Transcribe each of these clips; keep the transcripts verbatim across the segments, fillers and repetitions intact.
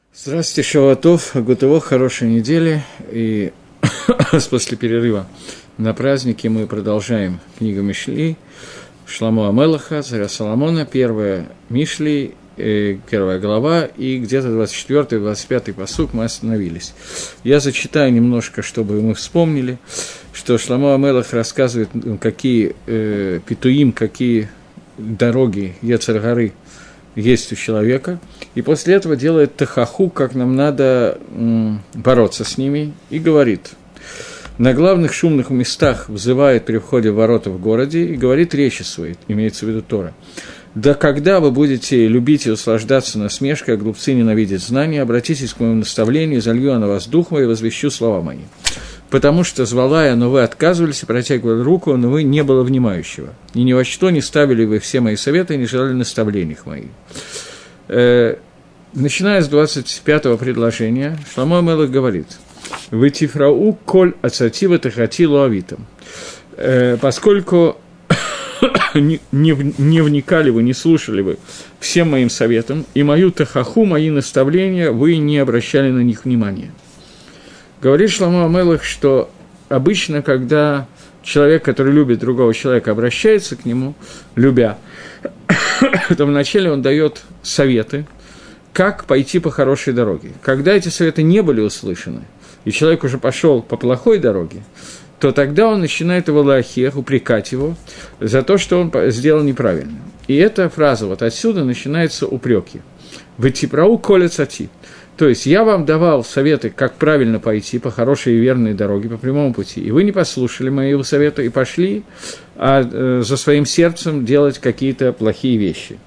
Здравствуйте, Шавуатов, Гутово, хорошей недели. И после перерыва на празднике мы продолжаем книгу Мишли, Шломо Амелаха, царя Соломона, первая Мишли, э, первая глава, и где-то двадцать четвёртый двадцать пятый пасук мы остановились. Я зачитаю немножко, чтобы мы вспомнили, что Шломо Амелах рассказывает, какие э, петуим, какие дороги Йецер Гары есть у человека, и после этого делает тахаху, как нам надо м, бороться с ними, и говорит: на главных шумных местах взывает при входе в ворота в городе и говорит речи свои, имеется в виду Тора. Да когда вы будете любить и услаждаться насмешкой, а глупцы ненавидят знания, обратитесь к моему наставлению, залью я на вас дух мой и возвещу слова мои. Потому что звала я, но вы отказывались, и протягивали руку, но вы не было внимающего. И ни во что не ставили вы все мои советы, и не желали наставлений моих. Э, начиная с двадцать пятого предложения, Шломо Амелах говорит: «Вы тифрау коль ацати ватахати луавитам». Э, поскольку не, не, не вникали вы, не слушали вы всем моим советам, и мою тахаху, мои наставления, вы не обращали на них внимания. Говорит Шломо Амелах, что обычно, когда человек, который любит другого человека, обращается к нему, любя, то вначале он дает советы, как пойти по хорошей дороге. Когда эти советы не были услышаны, и человек уже пошел по плохой дороге, то тогда он начинает его лахех, упрекать его за то, что он сделал неправильно. И эта фраза, вот отсюда начинаются упреки. «Ватипрау коля цати». То есть, я вам давал советы, как правильно пойти по хорошей и верной дороге, по прямому пути, и вы не послушали моего совета и пошли а, э, за своим сердцем делать какие-то плохие вещи.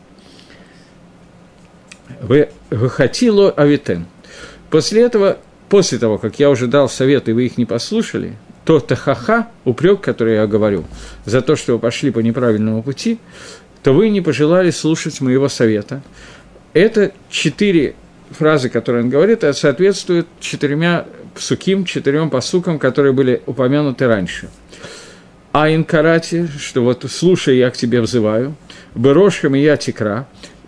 Вы хотило авитен. После этого, после того, как я уже дал советы, и вы их не послушали, то тахаха, упрек, который я говорю, за то, что вы пошли по неправильному пути, то вы не пожелали слушать моего совета. Это четыре фразы, которые он говорит, соответствуют четырьмя псуким, четырем пасукам, которые были упомянуты раньше. Айн карати, что вот слушай, я к тебе взываю, Берошхам я тикра,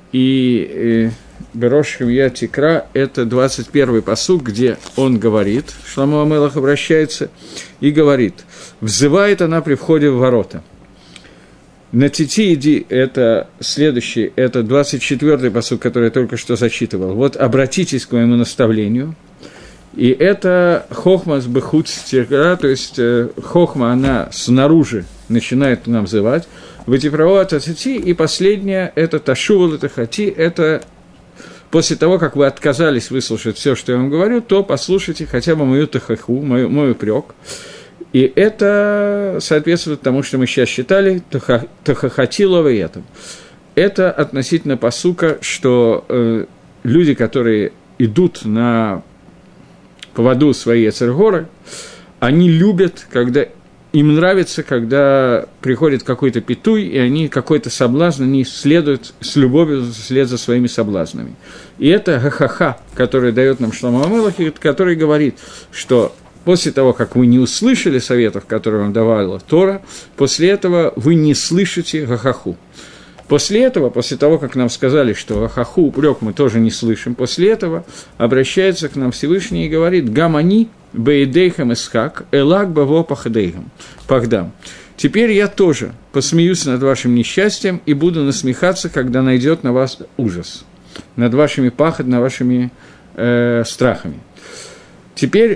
и Берошхам я тикра – это двадцать первый пасук, где он говорит, Шломо Амелах обращается и говорит, взывает она при входе в ворота. На тити иди, это следующий, это двадцать четвёртый пасук, который я только что зачитывал. Вот обратитесь к моему наставлению. И это хохма с бехут стирка, то есть э, хохма, она снаружи начинает нам взывать. Ватифрао тати, и последнее, это ташувал, это хати, это после того, как вы отказались выслушать все, что я вам говорю, то послушайте хотя бы мою тахаху, мой, мой упрек. И это соответствует тому, что мы сейчас считали, тахахатилово и этом. Это относительно пасука, что э, люди, которые идут на поводу своей Ецер-горы, они любят, когда им нравится, когда приходит какой-то петуй, и они какой-то соблазн, они следуют с любовью вслед за своими соблазнами. И это ха-ха-ха, который дает нам Шломо Амелах, который говорит, что после того, как вы не услышали советов, которые вам давала Тора, после этого вы не слышите гахаху. После этого, после того, как нам сказали, что гахаху, упрек мы тоже не слышим, после этого обращается к нам Всевышний и говорит «Гамани бейдейхам исхак, элак баво пахдейхам, пахдам». Теперь я тоже посмеюсь над вашим несчастьем и буду насмехаться, когда найдет на вас ужас, над вашими пахот, над вашими э, страхами. Теперь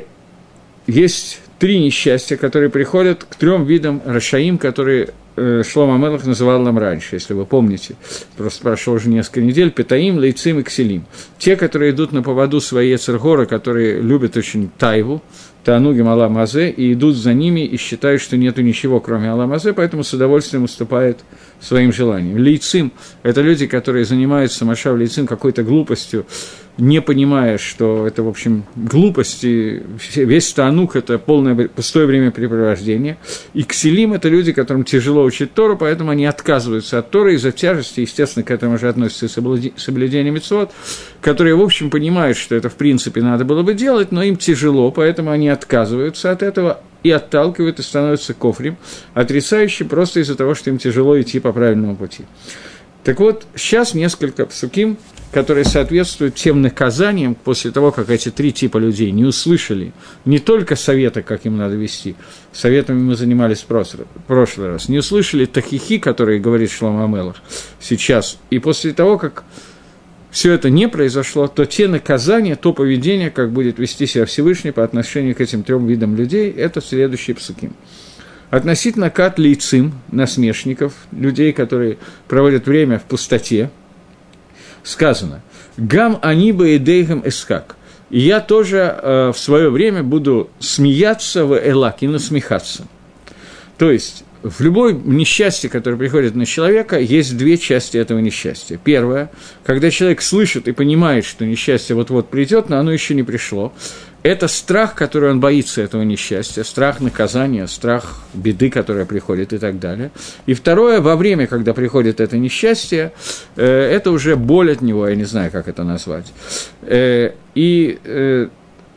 есть три несчастья, которые приходят к трем видам рашаим, которые э, Шломо Амелах называл нам раньше, если вы помните. Просто прошло уже несколько недель. Петаим, лейцим и кселим. Те, которые идут на поводу своей Ецер-горы, которые любят очень тайву, таанугим алам азе, и идут за ними и считают, что нету ничего, кроме алам азе, поэтому с удовольствием уступают своим желаниям. Лейцим – это люди, которые занимаются, машав лейцим, какой-то глупостью, не понимая, что это, в общем, глупость, и весь таанук – это полное пустое времяпрепровождение. И кселим – это люди, которым тяжело учить Тору, поэтому они отказываются от Торы из-за тяжести, естественно, к этому же относится и соблюдение мицвот, которые, в общем, понимают, что это, в принципе, надо было бы делать, но им тяжело, поэтому они отказываются от этого и отталкивают, и становятся кофрем, отрицающим просто из-за того, что им тяжело идти по правильному пути. Так вот, сейчас несколько псуким, которые соответствуют тем наказаниям после того, как эти три типа людей не услышали не только совета, как им надо вести, советами мы занимались в прошлый раз, не услышали тахихи, которые говорит Шломо а-Мелех сейчас, и после того, как все это не произошло, то те наказания, то поведение, как будет вести себя Всевышний по отношению к этим трем видам людей, это следующие псуким. Относительно кат лейцим, насмешников, людей, которые проводят время в пустоте, сказано «Гам аниба идейгам эскак». И я тоже э, в свое время буду смеяться в элак и насмехаться. То есть в любом несчастье, которое приходит на человека, есть две части этого несчастья. Первое, когда человек слышит и понимает, что несчастье вот-вот придет, но оно еще не пришло. Это страх, который он боится этого несчастья, страх наказания, страх беды, которая приходит и так далее. И второе, во время, когда приходит это несчастье, э, это уже боль от него, я не знаю, как это назвать. Э, и э,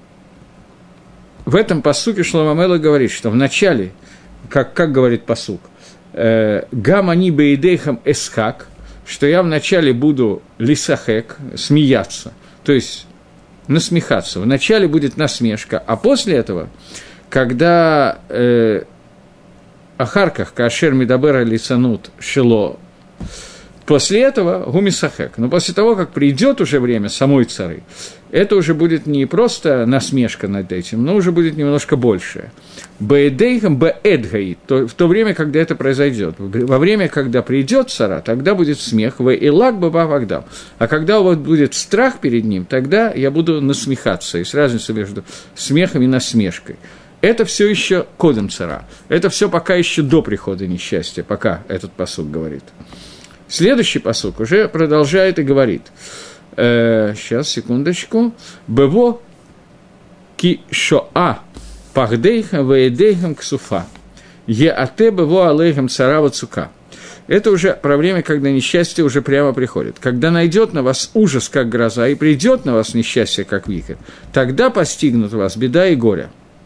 в этом пасуке Шломо а-Мелех говорит, что вначале, как, как говорит пасук, «Гам ани беидейхам эсхак», что я вначале буду лисахек, смеяться, то есть насмехаться. Вначале будет насмешка, а после этого, когда э, ахарках каашер мидабер лисанут шило, после этого гумисахек. Но после того, как придет уже время самой цары, это уже будет не просто насмешка над этим, но уже будет немножко большее. Бээдейхам бээдгаи, в то время, когда это произойдет. Во время, когда придет цара, тогда будет смех. Вээлак бэбавагдам. А когда у вас будет страх перед ним, тогда я буду насмехаться. Есть разница между смехом и насмешкой. Это все еще кодом цара. Это все пока еще до прихода несчастья, пока этот пасук говорит. Следующий пасук уже продолжает и говорит. Э, сейчас, секундочку. «Бево ки шоа пахдейхам ваедейхам ксуфа. Е ате бево алейхам царава цука». Это уже про время, когда несчастье уже прямо приходит. Когда найдет на вас ужас, как гроза, и придет на вас несчастье, как вихрь, тогда постигнут вас беда и горе.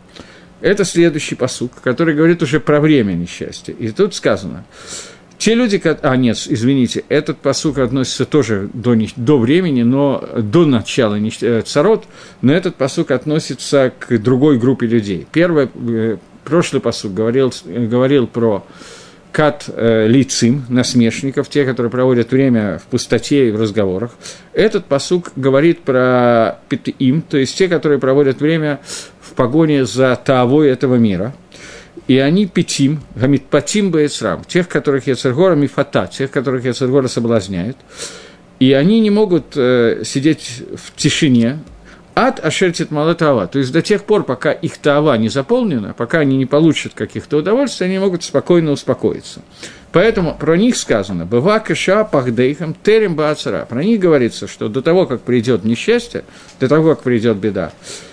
Это следующий пасук, который говорит уже про время несчастья. И тут сказано... Те люди, а нет, извините, этот пасук относится тоже до, до времени, но до начала царот, но этот пасук относится к другой группе людей. Первый, прошлый пасук говорил, говорил про кат э, лицим, насмешников, те, которые проводят время в пустоте и в разговорах. Этот пасук говорит про питим, то есть те, которые проводят время в погоне за таавой этого мира. И они питим, гамит патим баэцрам, тех, которых Ецер-Гора мифата, тех, которых Ецер-Гора соблазняет. И они не могут э, сидеть в тишине, ад ашертит мала таава, то есть до тех пор, пока их таава не заполнена, пока они не получат каких-то удовольствий, они могут спокойно успокоиться. Поэтому про них сказано «Быва кэша пахдейхам терем баацара». Про них говорится, что до того, как придет несчастье, до того, как придет беда,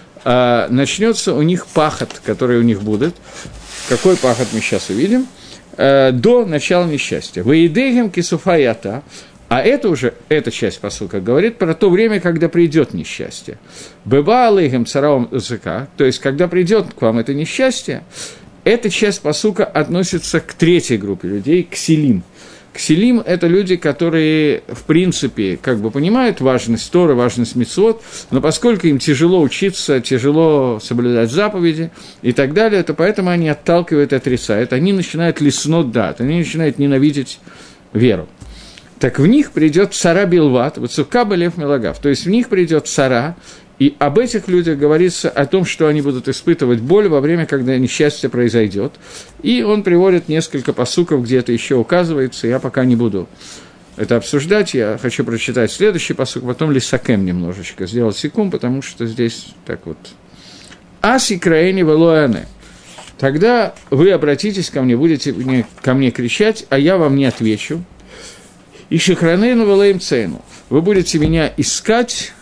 э, начнется у них пахот, который у них будет. Какой пахот мы сейчас увидим, э, до начала несчастья. «Ваидейхем кисуфаята», а это уже, эта часть пасука говорит про то время, когда придет несчастье. «Беба алейхем цараум языка», то есть, когда придет к вам это несчастье, эта часть пасука относится к третьей группе людей, к селим. Ксилим – это люди, которые, в принципе, как бы понимают важность Торы, важность мицвот, но поскольку им тяжело учиться, тяжело соблюдать заповеди и так далее, то поэтому они отталкивают и отрицают, они начинают лиснот дат, они начинают ненавидеть веру. Так в них придет цара билват, вацука балев мелагав, то есть в них придет цара, и об этих людях говорится о том, что они будут испытывать боль во время, когда несчастье произойдет. И он приводит несколько пасуков, где это еще указывается, я пока не буду это обсуждать, я хочу прочитать следующий пасук, потом лисакем немножечко, сделать секунд, потому что здесь так вот. «Ас и краэни вэлуэне». Тогда вы обратитесь ко мне, будете мне, ко мне кричать, а я вам не отвечу. «И шихранейну вэлэйм цейну». Вы будете меня искать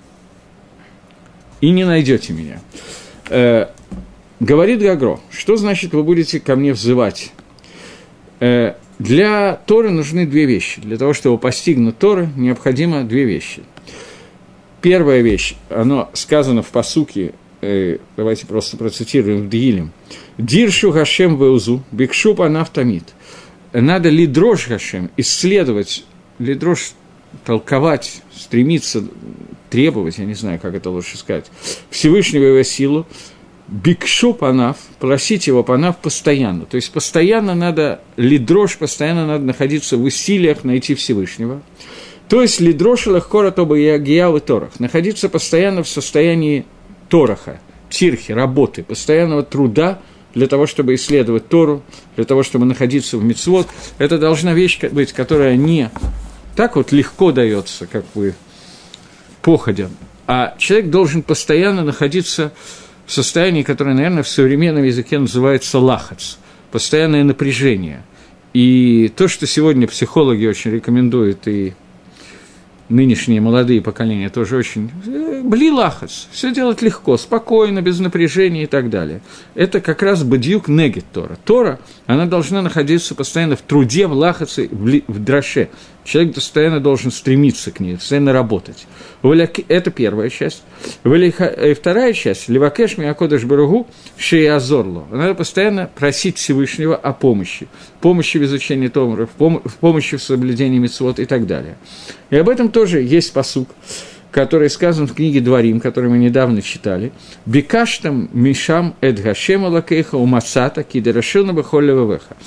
и не найдете меня. Э, говорит Гагро, что значит вы будете ко мне взывать? Э, для Торы нужны две вещи. Для того, чтобы постигнуть Торы, необходимо две вещи. Первая вещь, оно сказано в пасуке, э, давайте просто процитируем в Дгилем. «Диршу Гашем веузу, бикшу панав тамид». Надо ли дрожь Гашем исследовать лидрош толковать, стремиться, требовать, я не знаю, как это лучше сказать, Всевышнего его силу, бикшу панав, просить его панав постоянно. То есть постоянно надо, лидрош, постоянно надо находиться в усилиях найти Всевышнего. То есть лидрош лахкора тоба ягияу и торах, находиться постоянно в состоянии тораха, тирхи, работы, постоянного труда для того, чтобы исследовать Тору, для того, чтобы находиться в мицвот. Это должна вещь быть, которая не так вот легко дается, как бы походя, а человек должен постоянно находиться в состоянии, которое, наверное, в современном языке называется лахац, постоянное напряжение. И то, что сегодня психологи очень рекомендуют, и нынешние молодые поколения тоже очень... Бли лахац, все делать легко, спокойно, без напряжения и так далее. Это как раз бадьюк негет Тора. Тора, она должна находиться постоянно в труде, в лахаце, в драше. Человек постоянно должен стремиться к ней, постоянно работать. Это первая часть. Вторая часть, левакеш миакодыш баругу шеязорло. Надо постоянно просить Всевышнего о помощи. Помощи в изучении Тора, в помощи в соблюдении мицвот и так далее. И об этом тоже есть пасук, который сказан в книге Дворим, который мы недавно читали. «Бикаштам мишам эд гашема лакейха умасата кидерашилна бахоллевавеха».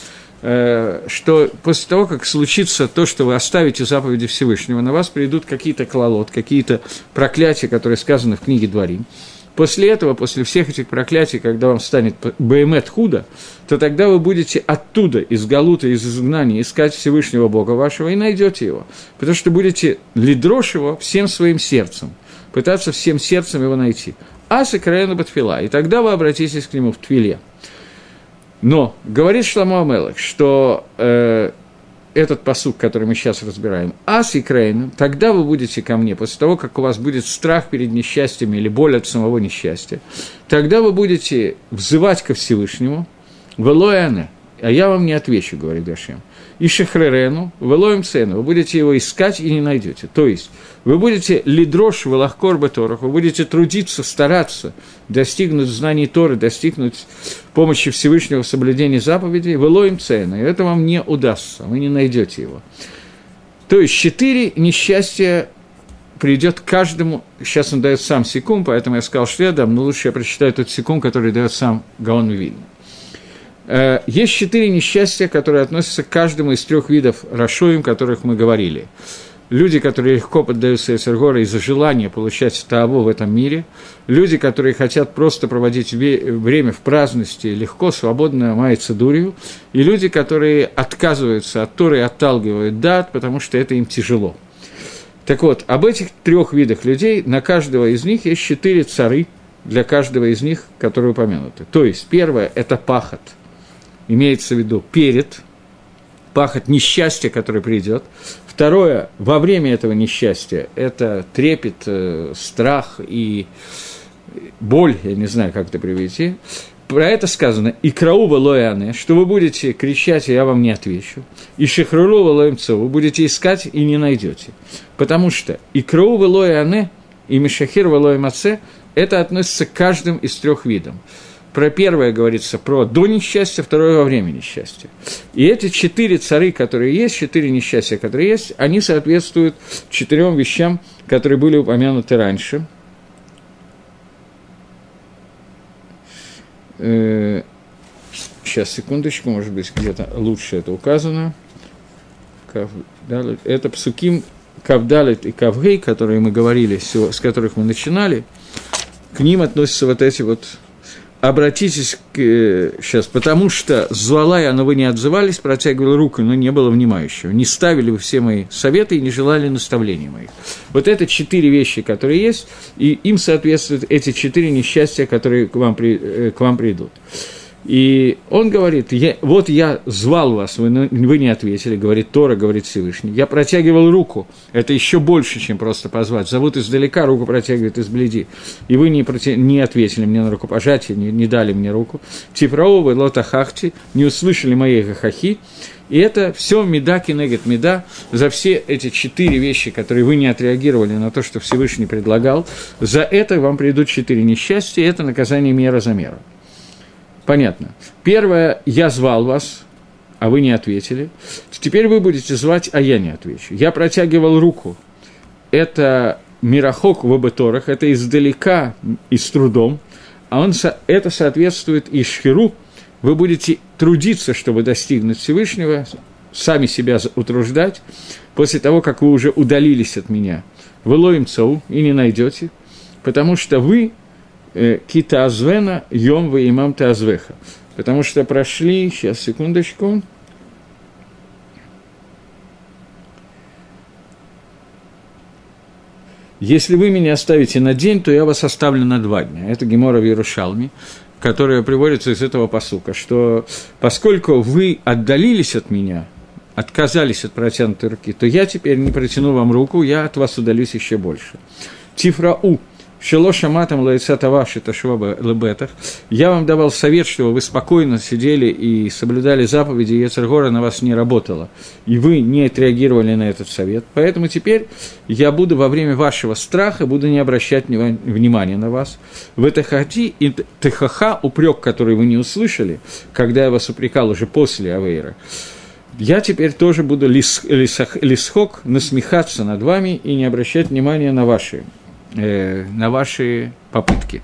Что после того, как случится то, что вы оставите заповеди Всевышнего, на вас придут какие-то клалот, какие-то проклятия, которые сказаны в книге Дворим. После этого, после всех этих проклятий, когда вам станет беемет худо, то тогда вы будете оттуда, из галута, из изгнания, искать Всевышнего Бога вашего и найдете его. Потому что будете лидрош его всем своим сердцем, пытаться всем сердцем его найти. Асы краэна батфила, и тогда вы обратитесь к нему в твиле. Но говорит Шломо ха-Мелех, что э, этот пасук, который мы сейчас разбираем, «Ас и крейн», тогда вы будете ко мне, после того, как у вас будет страх перед несчастьем или боль от самого несчастья, тогда вы будете взывать ко Всевышнему, «Велояне», а я вам не отвечу, говорит Гашем, «И шехререну, велоем цену», вы будете его искать и не найдете. То есть вы будете лидрош велахкор беторах, вы будете трудиться, стараться достигнуть знаний Торы, достигнуть помощи Всевышнего в соблюдении заповедей, велоем цену, и это вам не удастся, вы не найдете его. То есть четыре несчастья придет каждому, сейчас он дает сам секунд, поэтому я сказал, что я дам, но лучше я прочитаю тот секунд, который дает сам Гаон Мивильна. Есть четыре несчастья, которые относятся к каждому из трех видов рашоим, о которых мы говорили. Люди, которые легко поддаются эсергора из-за желания получать тааву в этом мире, люди, которые хотят просто проводить время в праздности, легко, свободно маяться дурью, и люди, которые отказываются от Торы и отталкивают дат, потому что это им тяжело. Так вот, об этих трех видах людей, на каждого из них есть четыре цары для каждого из них, которые упомянуты. То есть, первое – это пахот. Имеется в виду перед, пахот несчастья, который придет. Второе, во время этого несчастья, это трепет, э, страх и боль, я не знаю, как это привести. Про это сказано «Икрау валояне», что вы будете кричать, и я вам не отвечу. «И шехруру валоемцо», вы будете искать и не найдете. Потому что «Икрау валояне» и «Мишахир валоемаце» это относится к каждым из трех видов. Про первое говорится про до несчастья, второе во время несчастья. И эти четыре цары, которые есть, четыре несчастья, которые есть, они соответствуют четырем вещам, которые были упомянуты раньше. Сейчас, секундочку, может быть, где-то лучше это указано. Это псуким Кавдалет и Кавгей, которые мы говорили, с которых мы начинали. К ним относятся вот эти вот... Обратитесь к, сейчас, потому что звала я, но вы не отзывались, протягивали руку, но не было внимающего. Не ставили вы все мои советы и не желали наставлений моих. Вот это четыре вещи, которые есть, и им соответствуют эти четыре несчастья, которые к вам, при, к вам придут. И он говорит, я, вот я звал вас, вы, вы не ответили, говорит Тора, говорит Всевышний. Я протягивал руку, это еще больше, чем просто позвать. Зовут издалека, руку протягивает изблиди. И вы не, проти, не ответили мне на рукопожатие, не, не дали мне руку. Типравовы, лотахахти, не услышали моей гахахи. И это все меда кинегет меда, за все эти четыре вещи, которые вы не отреагировали на то, что Всевышний предлагал, за это вам придут четыре несчастья, и это наказание мера за меру. Понятно. Первое, я звал вас, а вы не ответили, то теперь вы будете звать, а я не отвечу. Я протягивал руку. Это мирахок в абеторах, это издалека и с трудом, а он, это соответствует ишхиру. Вы будете трудиться, чтобы достигнуть Всевышнего, сами себя утруждать, после того, как вы уже удалились от меня. Вы лоим цау и не найдете, потому что вы кита азвена йом вы имам тазвеха. Потому что прошли, сейчас, секундочку, если вы меня оставите на день, то я вас оставлю на два дня. Это Гемора в Иерушалме, которая приводится из этого пасука, что поскольку вы отдалились от меня, отказались от протянутой руки, то я теперь не протяну вам руку, я от вас удалюсь еще больше. Тифрау. Шелоша матам лаица ваши ташваба лебетах. Я вам давал совет, чтобы вы спокойно сидели и соблюдали заповеди, и Йецер Гора на вас не работала, и вы не отреагировали на этот совет. Поэтому теперь я буду во время вашего страха, буду не обращать внимания на вас. В это хати и тхаха, упрек, который вы не услышали, когда я вас упрекал уже после Авейра, я теперь тоже буду лис, лисах, лисхок, насмехаться над вами и не обращать внимания на ваши на ваши попытки.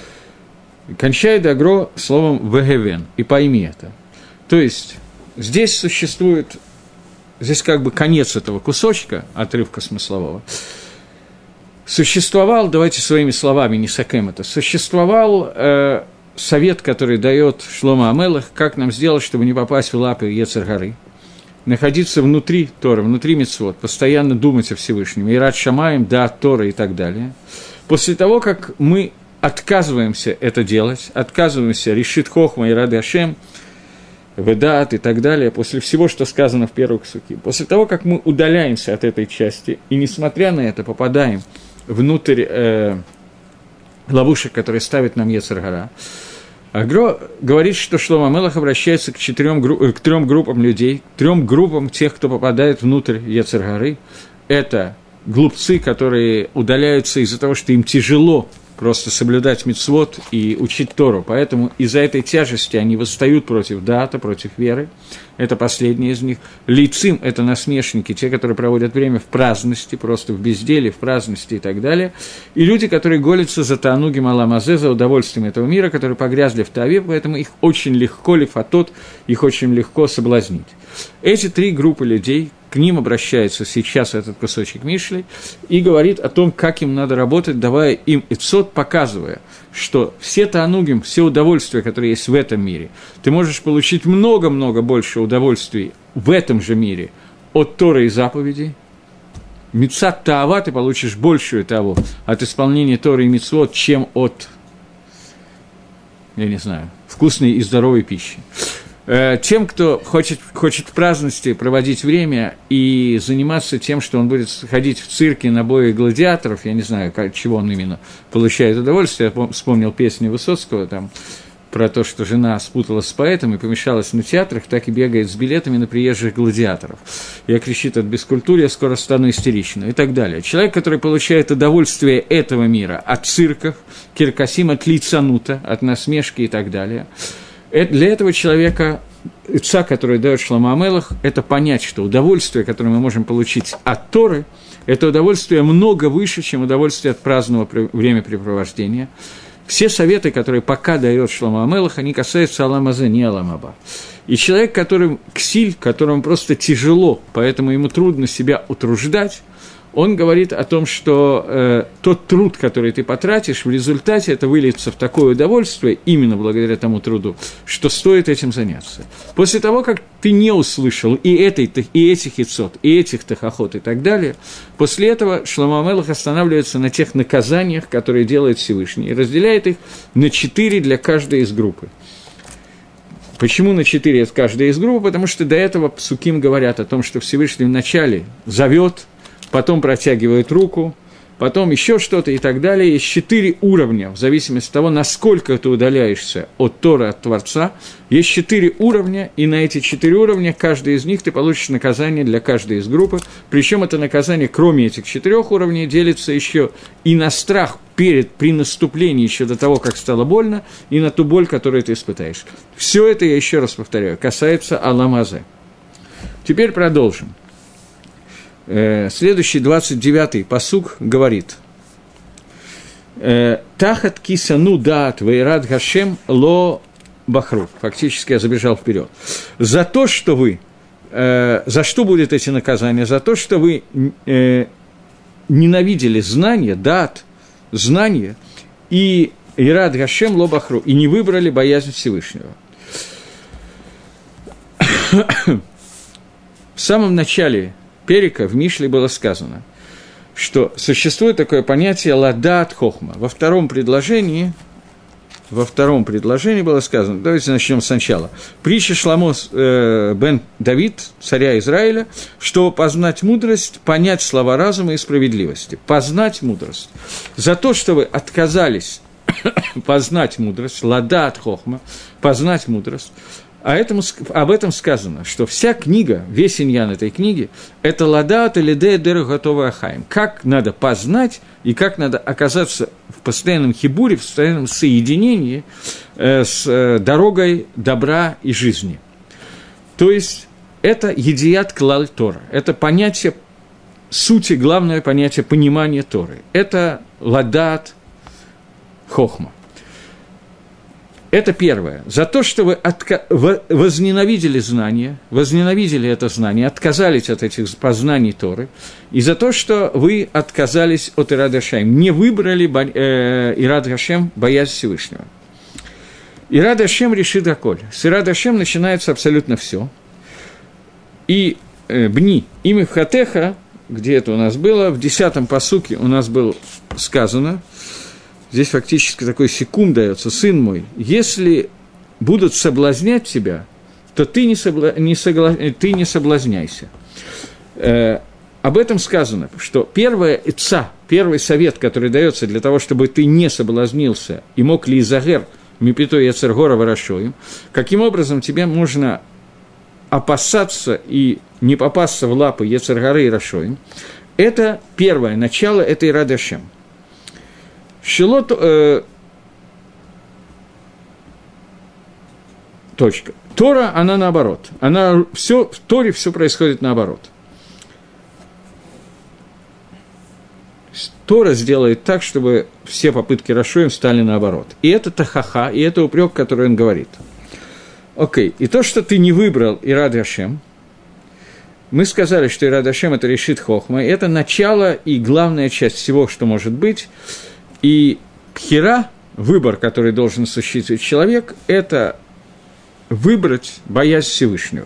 Кончай дагро словом «вегевен», и пойми это. То есть, здесь существует, здесь как бы конец этого кусочка, отрывка смыслового. Существовал, давайте своими словами, не сакем это, существовал э, совет, который дает Шломо Амелех, как нам сделать, чтобы не попасть в лапы Йецер Горы. Находиться внутри Торы, внутри мицвот, постоянно думать о Всевышнем, ират шамаем, да, Тора и так далее. После того, как мы отказываемся это делать, отказываемся решит хохма и рады Ашем, ведат и так далее, после всего, что сказано в первой псуке, после того, как мы удаляемся от этой части, и, несмотря на это, попадаем внутрь э, ловушек, которые ставит нам Йецер Гора, Агро говорит, что Шломо Амелех обращается к, четырем, к трем группам людей, к трем группам тех, кто попадает внутрь Йецер Горы. Это глупцы, которые удаляются из-за того, что им тяжело просто соблюдать мицвот и учить Тору. Поэтому из-за этой тяжести они восстают против даата, против веры. Это последний из них. Лейцим – это насмешники, те, которые проводят время в праздности, просто в безделии, в праздности и так далее. И люди, которые голятся за таанугим аламазе, за удовольствием этого мира, которые погрязли в таве, поэтому их очень легко, лифатот, их очень легко соблазнить. Эти три группы людей, к ним обращается сейчас этот кусочек Мишли и говорит о том, как им надо работать, давая им эцот, показывая, что все таанугим, все удовольствия, которые есть в этом мире, ты можешь получить много-много больше удовольствий в этом же мире от Торы и заповедей. Мицат таава ты получишь большую того от исполнения Торы и мицвот, чем от, я не знаю, вкусной и здоровой пищи. Тем, кто хочет, хочет в праздности проводить время и заниматься тем, что он будет ходить в цирке на бои гладиаторов, я не знаю, как, чего он именно получает удовольствие, я вспомнил песню Высоцкого там, про то, что жена спуталась с поэтом и помешалась на театрах, так и бегает с билетами на приезжих гладиаторов. Я кричит от бескультурья, скоро стану истеричным и так далее. Человек, который получает удовольствие этого мира от цирков, киркасим, от лицанута, от насмешки и так далее – для этого человека, ца, который дает Шломо Амелех, это понять, что удовольствие, которое мы можем получить от Торы, это удовольствие много выше, чем удовольствие от праздного времяпрепровождения. Все советы, которые пока дает Шломо Амелех, они касаются Аламазе, не Аламаба. И человек, который ксиль, которому просто тяжело, поэтому ему трудно себя утруждать, он говорит о том, что э, тот труд, который ты потратишь, в результате это выльется в такое удовольствие, именно благодаря тому труду, что стоит этим заняться. После того, как ты не услышал и, этой, и этих ицот, и этих тахахот и так далее, после этого Шломо Амелех останавливается на тех наказаниях, которые делает Всевышний, и разделяет их на четыре для каждой из группы. Почему на четыре от каждой из групп? Потому что до этого псуким говорят о том, что Всевышний вначале зовет, потом протягивает руку, потом еще что-то и так далее. Есть четыре уровня, в зависимости от того, насколько ты удаляешься от Торы, от Творца. Есть четыре уровня, и на эти четыре уровня, каждый из них, ты получишь наказание для каждой из группы. Причем это наказание, кроме этих четырех уровней, делится еще и на страх перед, при наступлении еще до того, как стало больно, и на ту боль, которую ты испытаешь. Все это, я еще раз повторяю, касается Олам Азе. Теперь продолжим. Следующий, двадцать девятый пасук говорит: «Тахат кисану даат вейрат гашем ло бахру». Фактически я забежал вперед. За то, что вы, за что будут эти наказания? За то, что вы ненавидели знания, даат, знания, и ират гашем ло бахру, и не выбрали боязнь Всевышнего. В самом начале перика в Мишле было сказано, что существует такое понятие ладат хохма. Во втором предложении, во втором предложении было сказано, давайте начнем сначала. Притча Шломо э, бен Давид, царя Израиля, чтобы познать мудрость, понять слова разума и справедливости. Познать мудрость. За то, что вы отказались познать мудрость, ладат хохма, познать мудрость. А этому, об этом сказано, что вся книга, весь иньян этой книги – это ладаат или де деру готовый ахаим. Как надо познать и как надо оказаться в постоянном хибуре, в постоянном соединении э, с э, дорогой добра и жизни. То есть это едият клаль Тора, это понятие сути, главное понятие понимания Торы. Это ладаат хохма. Это первое. За то, что вы отка- возненавидели знания, возненавидели это знание, отказались от этих познаний Торы, и за то, что вы отказались от Ират Гашем, не выбрали э, Ират Гашем, боязнь Всевышнего. Ират Гашем решит аколь. С Ират Гашем начинается абсолютно все. И э, бни имя Хатеха, где это у нас было, в десятом пасуке у нас было сказано, здесь фактически такой секунд дается: «Сын мой, если будут соблазнять тебя, то ты не, собла... не, согла... ты не соблазняйся». Э, об этом сказано, что первая ица, первый совет, который дается для того, чтобы ты не соблазнился и мог ли изагер мипито яцергора ворошоим, каким образом тебе можно опасаться и не попасться в лапы яцергоры и рашоим, это первое начало этой Ират Гашем. Шилот, э, точка. Тора, она наоборот. Она, все, в Торе все происходит наоборот. Тора сделает так, чтобы все попытки рашоим стали наоборот. И это тахаха, и это упрек, который он говорит. Окей, и то, что ты не выбрал Ират Гашем, мы сказали, что Ират Гашем – это решит хохма, это начало и главная часть всего, что может быть. И пхира, выбор, который должен осуществить человек, это выбрать боязнь Всевышнего.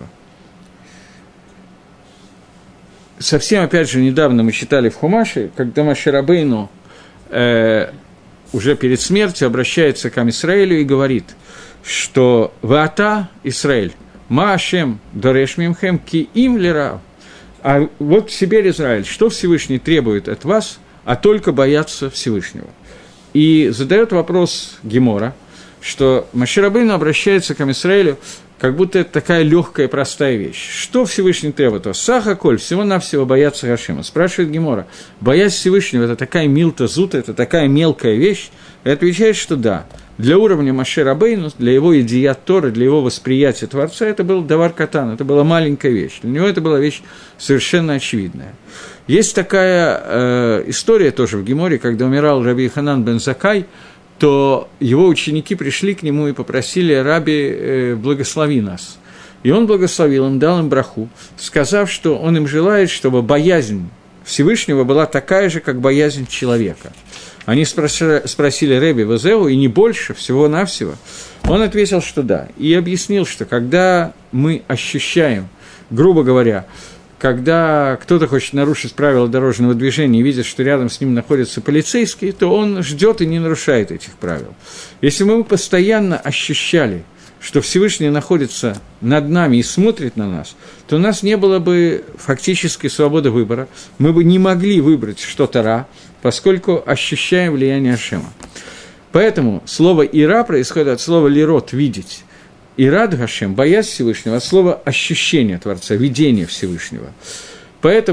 Совсем, опять же, недавно мы читали в Хумаше, когда Моше Рабейну э, уже перед смертью обращается к Ам-Исраэлю и говорит, что «Ваата, Исраэль, ма Ашем дореш мимхем ки им лирав». А вот теперь, Израиль, что Всевышний требует от вас, а только бояться Всевышнего. И задает вопрос Гемора, что Моше Рабейну обращается к Ам-Исраэлю, как будто это такая легкая, простая вещь. Что Всевышний требует? Саха коль, всего-навсего бояться Гашема. Спрашивает Гемора, боязнь Всевышнего – это такая милта зута, это такая мелкая вещь? И отвечает, что да. Для уровня Моше Рабейну, для его идеят Торы, для его восприятия Творца, это был давар катан, это была маленькая вещь. Для него это была вещь совершенно очевидная. Есть такая э, история тоже в Геморе, когда умирал Раби Ханан бен Закай, то его ученики пришли к нему и попросили: «Раби, э, благослови нас». И он благословил им, дал им браху, сказав, что он им желает, чтобы боязнь Всевышнего была такая же, как боязнь человека. Они спросили, спросили Раби Вазеву, и не больше, всего-навсего. Он ответил, что да, и объяснил, что когда мы ощущаем, грубо говоря, когда кто-то хочет нарушить правила дорожного движения и видит, что рядом с ним находятся полицейские, то он ждет и не нарушает этих правил. Если бы мы постоянно ощущали, что Всевышний находится над нами и смотрит на нас, то у нас не было бы фактически свободы выбора, мы бы не могли выбрать что-то ра, поскольку ощущаем влияние Ашема. Поэтому слово «ира» происходит от слова «лирот» – «видеть». Ират Гашем, боязнь Всевышнего, от слова ощущение Творца, видение Всевышнего. Поэтому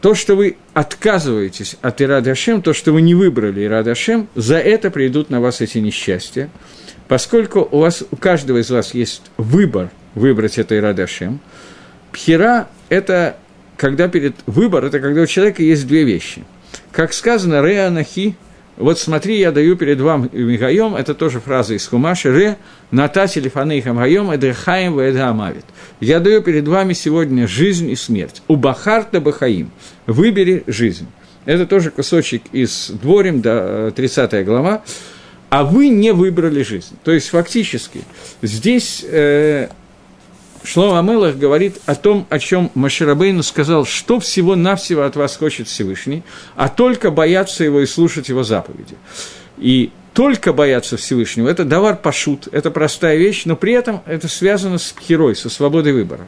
то, что вы отказываетесь от Ирад Ашем, то, что вы не выбрали Ирад Ашем, за это придут на вас эти несчастья. Поскольку у вас, у каждого из вас есть выбор выбрать это Ирад Ашем, пхира – это когда перед выбор, это когда у человека есть две вещи. Как сказано, «Ре анахи», вот смотри, я даю перед вами гайом, это тоже фраза из Хумаша, «Ре натати лифанейхам гайом, эдрехаим вэдгаамавит». Я даю перед вами сегодня жизнь и смерть. «Убахарта бахаим», выбери жизнь. Это тоже кусочек из Дворим, да, тридцатая глава. А вы не выбрали жизнь. То есть, фактически, здесь э, Шломо ха-Мелех говорит о том, о чем Моше Рабейну сказал, что всего-навсего от вас хочет Всевышний, а только бояться его и слушать его заповеди. И только бояться Всевышнего – это давар пашут, это простая вещь, но при этом это связано с пхирой, со свободой выбора.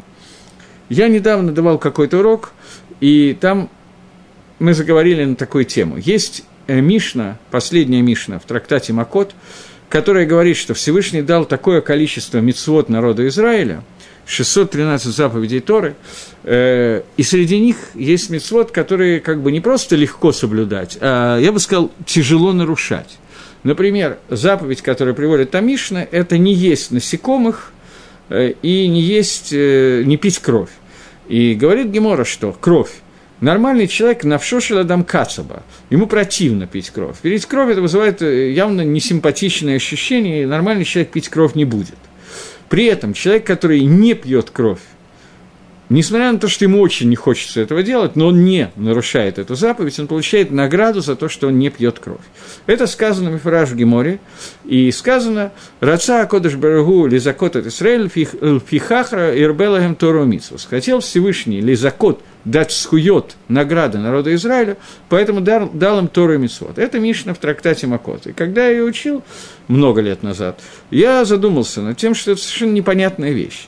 Я недавно давал какой-то урок, и там мы заговорили на такую тему. Есть Мишна, последняя Мишна в трактате Макот, которая говорит, что Всевышний дал такое количество мицвот народу Израиля, шестьсот тринадцать заповедей Торы, э, и среди них есть мицвот, которые как бы не просто легко соблюдать, а, я бы сказал, тяжело нарушать. Например, заповедь, которую приводит там Мишна, это не есть насекомых э, и не есть, э, не пить кровь. И говорит Гемора, что кровь. Нормальный человек навшошил адам кацаба, ему противно пить кровь. Пить кровь это вызывает явно несимпатичное ощущение, и нормальный человек пить кровь не будет. При этом человек, который не пьет кровь, несмотря на то, что ему очень не хочется этого делать, но он не нарушает эту заповедь, он получает награду за то, что он не пьет кровь. Это сказано в Мифраш в Геморе, и сказано «Раца кодеш барагу лизакот от Исраэль фихахра ирбелагем Тору митцвос». Хотел Всевышний лизакот дать схует награды народу Израиля, поэтому дал, дал им Тору и митцвот. Это Мишна в трактате Макот. И когда я ее учил много лет назад, я задумался над тем, что это совершенно непонятная вещь.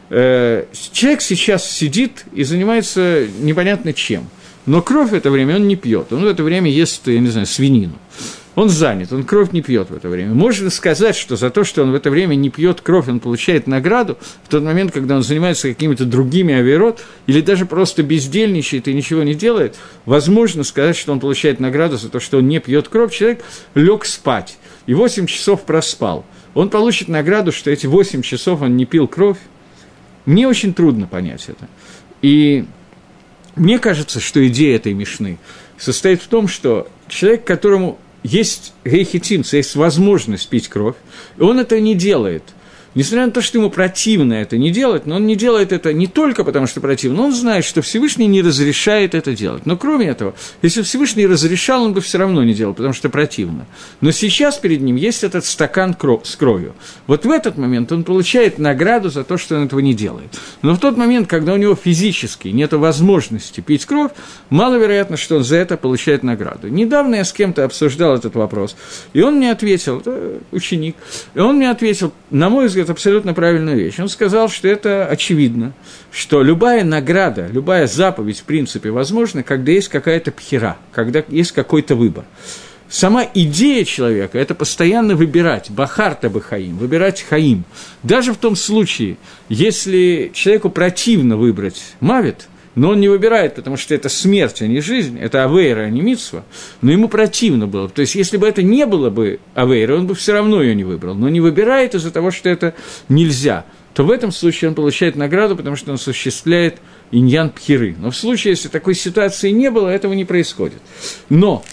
Человек сейчас сидит и занимается непонятно чем, но кровь в это время он не пьет, он в это время ест, я не знаю, свинину. Он занят, он кровь не пьет в это время. Можно сказать, что за то, что он в это время не пьет кровь, он получает награду в тот момент, когда он занимается какими-то другими авейрот, или даже просто бездельничает и ничего не делает, возможно сказать, что он получает награду за то, что он не пьет кровь. Человек лег спать и восемь часов проспал. Он получит награду, что эти восемь часов он не пил кровь. Мне очень трудно понять это. И мне кажется, что идея этой мишны состоит в том, что человек, которому есть гейхитимца, есть возможность пить кровь, и он это не делает. Несмотря на то, что ему противно это не делать, но он не делает это не только потому, что противно, он знает, что Всевышний не разрешает это делать. Но кроме этого, если Всевышний разрешал, он бы все равно не делал, потому что противно. Но сейчас перед ним есть этот стакан с кровью. Вот в этот момент он получает награду за то, что он этого не делает. Но в тот момент, когда у него физически нет возможности пить кровь, маловероятно, что он за это получает награду. Недавно я с кем-то обсуждал этот вопрос, и он мне ответил, это ученик, и он мне ответил, на мой взгляд, это абсолютно правильная вещь. Он сказал, что это очевидно, что любая награда, любая заповедь, в принципе, возможна, когда есть какая-то пхира, когда есть какой-то выбор. Сама идея человека – это постоянно выбирать, бахарта бахаим, выбирать хаим. Даже в том случае, если человеку противно выбрать мавит, но он не выбирает, потому что это смерть, а не жизнь, это авейра, а не мицва, но ему противно было. То есть, если бы это не было бы авейра, он бы все равно ее не выбрал, но не выбирает из-за того, что это нельзя, то в этом случае он получает награду, потому что он осуществляет иньян пхиры. Но в случае, если такой ситуации не было, этого не происходит. Но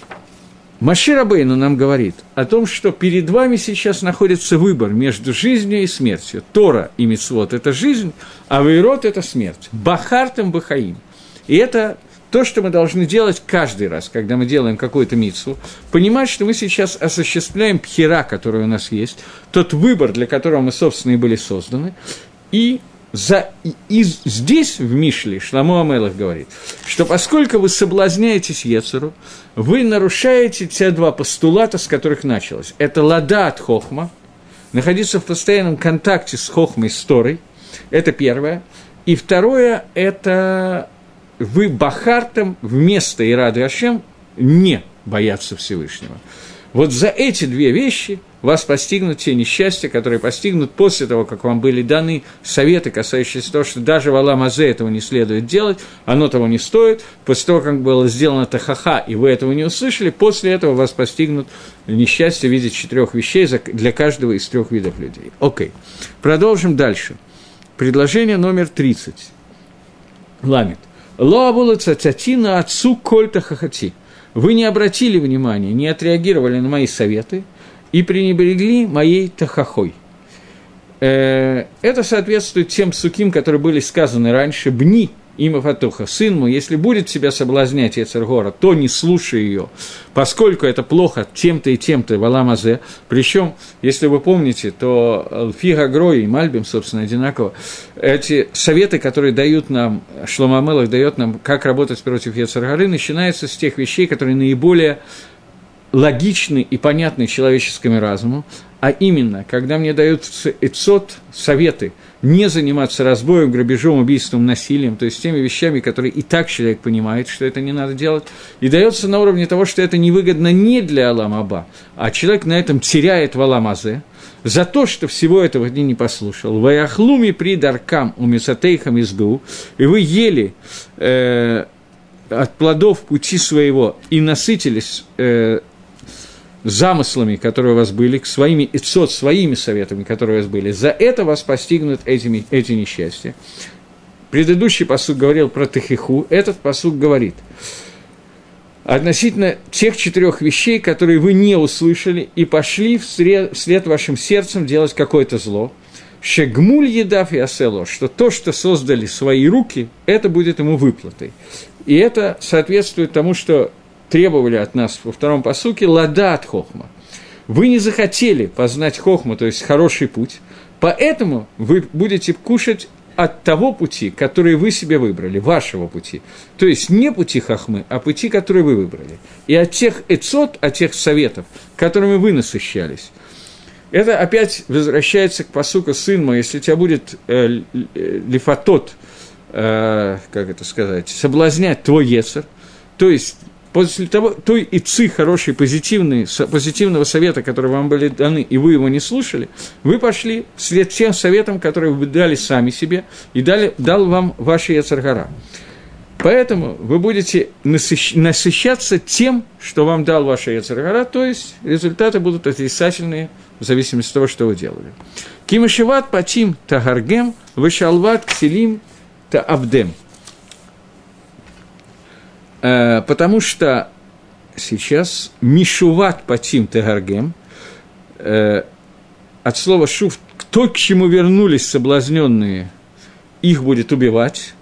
Моше Рабейну нам говорит о том, что перед вами сейчас находится выбор между жизнью и смертью. Тора и мицвот – это жизнь, а авейрот – это смерть. Бахартем бахаим. И это то, что мы должны делать каждый раз, когда мы делаем какую-то мицву, понимать, что мы сейчас осуществляем пхира, который у нас есть, тот выбор, для которого мы, собственно, и были созданы, и За, и, и здесь, в Мишле, Шломо ха-Мелех говорит, что поскольку вы соблазняетесь Йецеру, вы нарушаете те два постулата, с которых началось. Это ладат хохма, находиться в постоянном контакте с хохмой, с Торой, это первое. И второе, это вы бахартом вместо Ирады Ашем не бояться Всевышнего. Вот за эти две вещи вас постигнут те несчастья, которые постигнут после того, как вам были даны советы, касающиеся того, что даже в Олам азе этого не следует делать, оно того не стоит. После того, как было сделано тахаха, и вы этого не услышали, после этого вас постигнут несчастья в виде четырех вещей для каждого из трех видов людей. Окей. Продолжим дальше. Предложение номер тридцать. Ламит. Ло абула цацатина отцу кольта хахати. Вы не обратили внимания, не отреагировали на мои советы и пренебрегли моей тахахой. Это соответствует тем псуким, которые были сказаны раньше. Бни имя Фатуха, сын мой, если будет тебя соблазнять Йецер гара, то не слушай ее, поскольку это плохо тем-то и тем-то в Олам азе. Причем, если вы помните, то Фига Грой и Мальбим, собственно, одинаково. Эти советы, которые дают нам, Шломо ха-Мелех дает нам, как работать против Йецер гары, начинаются с тех вещей, которые наиболее логичны и понятны человеческому разуму, а именно, когда мне дают эцот, советы, не заниматься разбоем, грабежом, убийством, насилием, то есть теми вещами, которые и так человек понимает, что это не надо делать, и дается на уровне того, что это невыгодно не для Олам аба, а человек на этом теряет в Олам азе, за то, что всего этого дня не послушал. «Ваяхлуми при даркам у мисатейхам изгу», и вы ели э, от плодов пути своего и насытились э, замыслами, которые у вас были, к своими ицот, своими советами, которые у вас были, за это вас постигнут этими, эти несчастья. Предыдущий пасук говорил про тахиху, этот пасук говорит относительно тех четырех вещей, которые вы не услышали и пошли вслед, вслед вашим сердцем делать какое-то зло. Шегмуль едав и асело, что то, что создали свои руки, это будет ему выплатой. И это соответствует тому, что требовали от нас во втором пасуке «лада от хохма». Вы не захотели познать хохму, то есть хороший путь, поэтому вы будете кушать от того пути, который вы себе выбрали, вашего пути. То есть не пути хохмы, а пути, которые вы выбрали. И от тех эцот, от тех советов, которыми вы насыщались. Это опять возвращается к пасуку «сын мой», если у тебя будет э, лифатот, э, как это сказать, соблазнять твой ецер, то есть после того, той ицы хорошей, позитивной, позитивного совета, который вам были даны, и вы его не слушали, вы пошли вслед тем советам, которые вы дали сами себе, и дали, дал вам ваш Йецер гара. Поэтому вы будете насыщ, насыщаться тем, что вам дал ваш Йецер гара, то есть результаты будут отрицательные в зависимости от того, что вы делали. Кимашеват патим тагаргем, вышалват ксилим таабдем. Потому что сейчас мишуват патим тегаргем, от слова шув, кто к чему вернулись соблазненные, их будет убивать.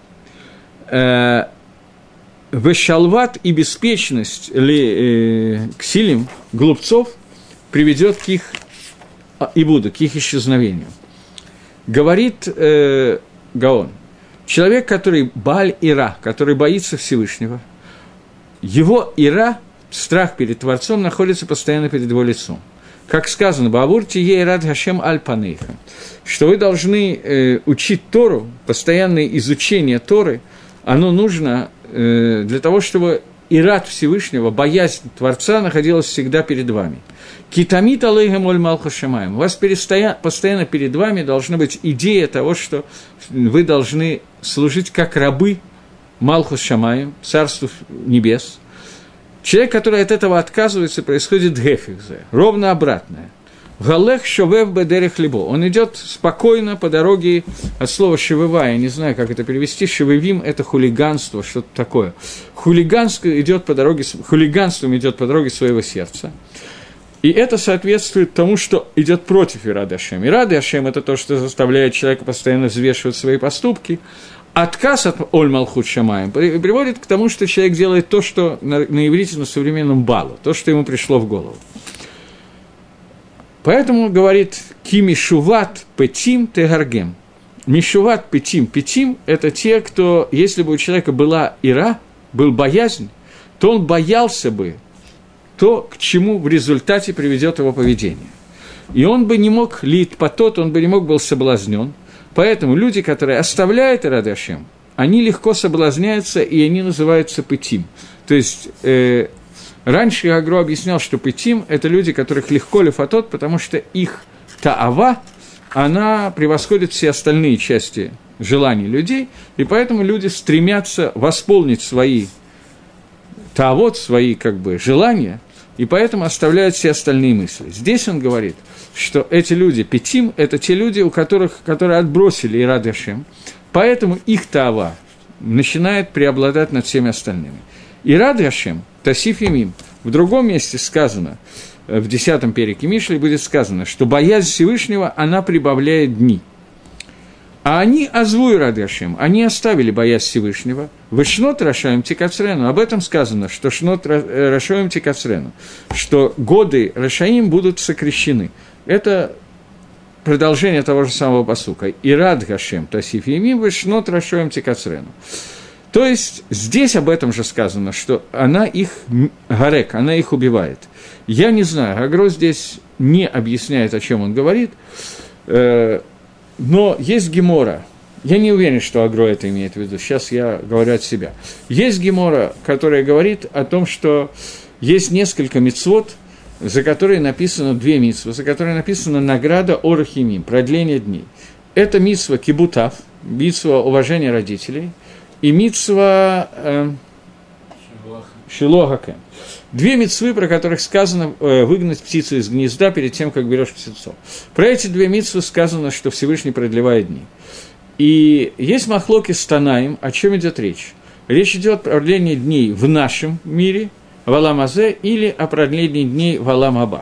Вешалват и беспечность ли, ксилим, глупцов, приведет к их ибуду, к их исчезновению. Говорит э, Гаон, человек, который Бааль Ира, который боится Всевышнего, его ира, страх перед Творцом, находится постоянно перед его лицом. Как сказано, «Баавурти ей рад Хашем аль-панейхам», что вы должны э, учить Тору, постоянное изучение Торы, оно нужно э, для того, чтобы ират Всевышнего, боязнь Творца находилась всегда перед вами. «Китамит алейхам оль малху шамаем». У вас постоянно перед вами должна быть идея того, что вы должны служить как рабы Малхус Шамаем, Царству Небес. Человек, который от этого отказывается, происходит гефикзе, ровно обратное. Галех шовев бедерех либо. Он идет спокойно по дороге от слова шевева, я не знаю, как это перевести. Шевевим – это хулиганство, что-то такое. Хулиганство идет по дороге, хулиганством идет по дороге своего сердца. И это соответствует тому, что идет против Ирады Ашем. Ирады Ашем – это то, что заставляет человека постоянно взвешивать свои поступки. Отказ от Оль Малхут Шамаем приводит к тому, что человек делает то, что на, на иврите, на современном балу, то, что ему пришло в голову. Поэтому говорит «Ки мишуват петим тегаргем». Мишуват петим петим – это те, кто, если бы у человека была ира, был боязнь, то он боялся бы то, к чему в результате приведет его поведение. И он бы не мог лить потот, он бы не мог был соблазнен. Поэтому люди, которые оставляют Ират Ашем, они легко соблазняются, и они называются пытим. То есть, э, Раньше Агро объяснял, что петим – это люди, которых легко лефатот, потому что их таава, она превосходит все остальные части желаний людей, и поэтому люди стремятся восполнить свои таавот, свои как бы желания, и поэтому оставляют все остальные мысли. Здесь он говорит, что эти люди, петим, это те люди, у которых, которые отбросили Ират Ашем, поэтому их таава начинает преобладать над всеми остальными. Ират Ашем, Тасиф Ямим, в другом месте сказано, в десятом перике Мишли будет сказано, что боязнь Всевышнего, она прибавляет дни. А они озву Ират Ашем, они оставили боязнь Всевышнего, в Шнот Рашаим Тикацрену, об этом сказано, что Шнот Рашаим Тикацрену, что годы Рашаим будут сокращены. Это продолжение того же самого пасука. Ират Ашем Тасиф Ямим, в Шнот Рашаим Тикацрену. То есть, здесь об этом же сказано, что она их, гарек, она их убивает. Я не знаю, Агро здесь не объясняет, о чем он говорит, э, но есть гемора. Я не уверен, что Агро это имеет в виду, сейчас я говорю от себя. Есть гемора, которая говорит о том, что есть несколько мицвот, за которые написано две мицвы, за которые написана награда Орахимим, продление дней. Это мицва кибутав, мицва уважения родителей, и мицва э, Шилохаке. Две мицвы, про которых сказано э, выгнать птицу из гнезда перед тем, как берешь птицу. Про эти две мицвы сказано, что Всевышний продлевает дни. И есть махлоки с Танаим, о чем идет речь. Речь идет о продлении дней в нашем мире, в Алам Азе, или о продлении дней в Алам Аба.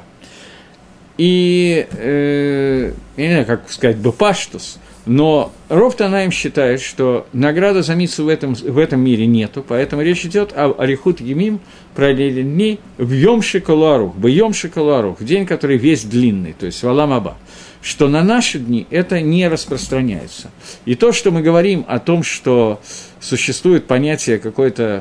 И, э, я не знаю, как сказать, бепаштус, но Ров Танаим считает, что награда за мицву в этом, в этом мире нету, поэтому речь идет о Арихут Емим, продлении дней в Йом Шеколарух, в Йом Шеколарух, в день, который весь длинный, то есть в Алам Аба, что на наши дни это не распространяется. И то, что мы говорим о том, что существует понятие какой-то,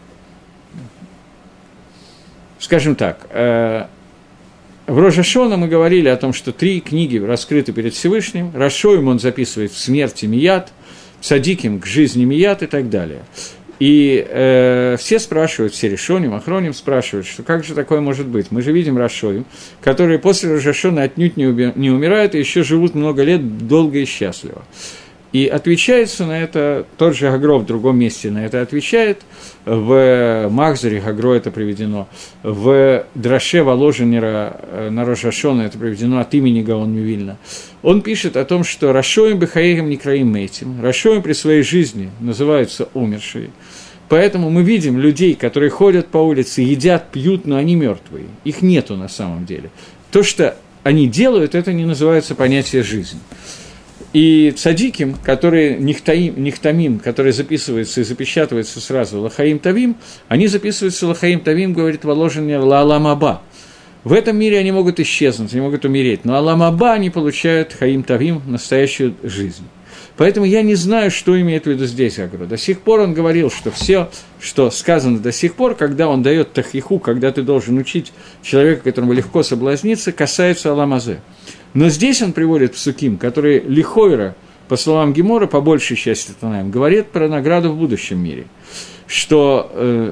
скажем так, э, в Рош ха-Шана мы говорили о том, что три книги раскрыты перед Всевышним. Рашоим он записывает в смерти Мияд, Цадиким к жизни Мияд и так далее. И э, все спрашивают, все решоним, Ахроним спрашивают, что как же такое может быть? Мы же видим Рашоим, которые после Рош ха-Шана отнюдь не, уби- не умирают и еще живут много лет долго и счастливо. И отвечается на это, тот же Агро в другом месте на это отвечает, в Махзаре Агро это приведено, в Драше Воложенера на Рош ха-Шана это приведено от имени Гаон Мивильна. Он пишет о том, что Рашоим бехаегам некраим мейтим, Рашоим при своей жизни называются умершие. Поэтому мы видим людей, которые ходят по улице, едят, пьют, но они мертвые. Их нету на самом деле. То, что они делают, это не называется понятие жизни. И цадиким, которые нихтаим, нихтамим, которые записываются и запечатываются сразу лахаим тавим, они записываются лахаим тавим, говорит Воложенер, ла алам аба. В этом мире они могут исчезнуть, они могут умереть, но алам аба они получают хаим тавим, настоящую жизнь. Поэтому я не знаю, что имеет в виду здесь Агро. До сих пор он говорил, что все, что сказано до сих пор, когда он дает тахиху, когда ты должен учить человека, которому легко соблазниться, касается алам азе. Но здесь он приводит псуким, которые лихойра, по словам Гемора, по большей части Танаим, говорит про награду в будущем мире. Что, э,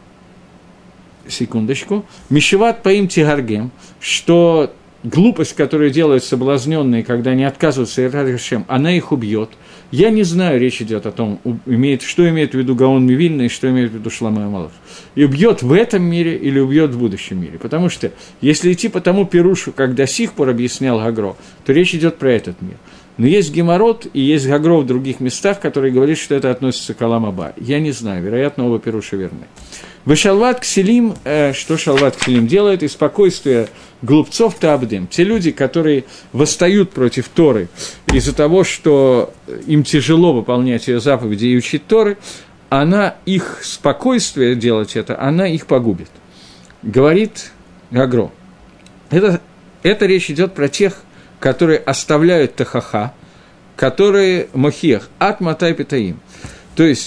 секундочку, Мишеват Паим Тигаргем, что глупость, которую делают соблазненные, когда они отказываются Ират Ашем, она их убьет. Я не знаю, речь идет о том, имеет, что имеет в виду Гаон Мивильна и что имеет в виду Шломо Амелах. И убьет в этом мире или убьет в будущем мире. Потому что, если идти по тому пирушу, как до сих пор объяснял Агро, то речь идет про этот мир. Но есть Гемарот и есть Агро в других местах, которые говорят, что это относится к Алам Аба. Я не знаю, вероятно, оба пируша верны. Вышалват Кселим, э, что Шалват Кселим делает, и спокойствие глупцов Таабдем. Те люди, которые восстают против Торы из-за того, что им тяжело выполнять ее заповеди и учить Торы, она их спокойствие делать это, она их погубит. Говорит Агро. Это, это речь идет про тех, которые оставляют Тахаха, которые Мохиях, Ат Матай Питаим. То есть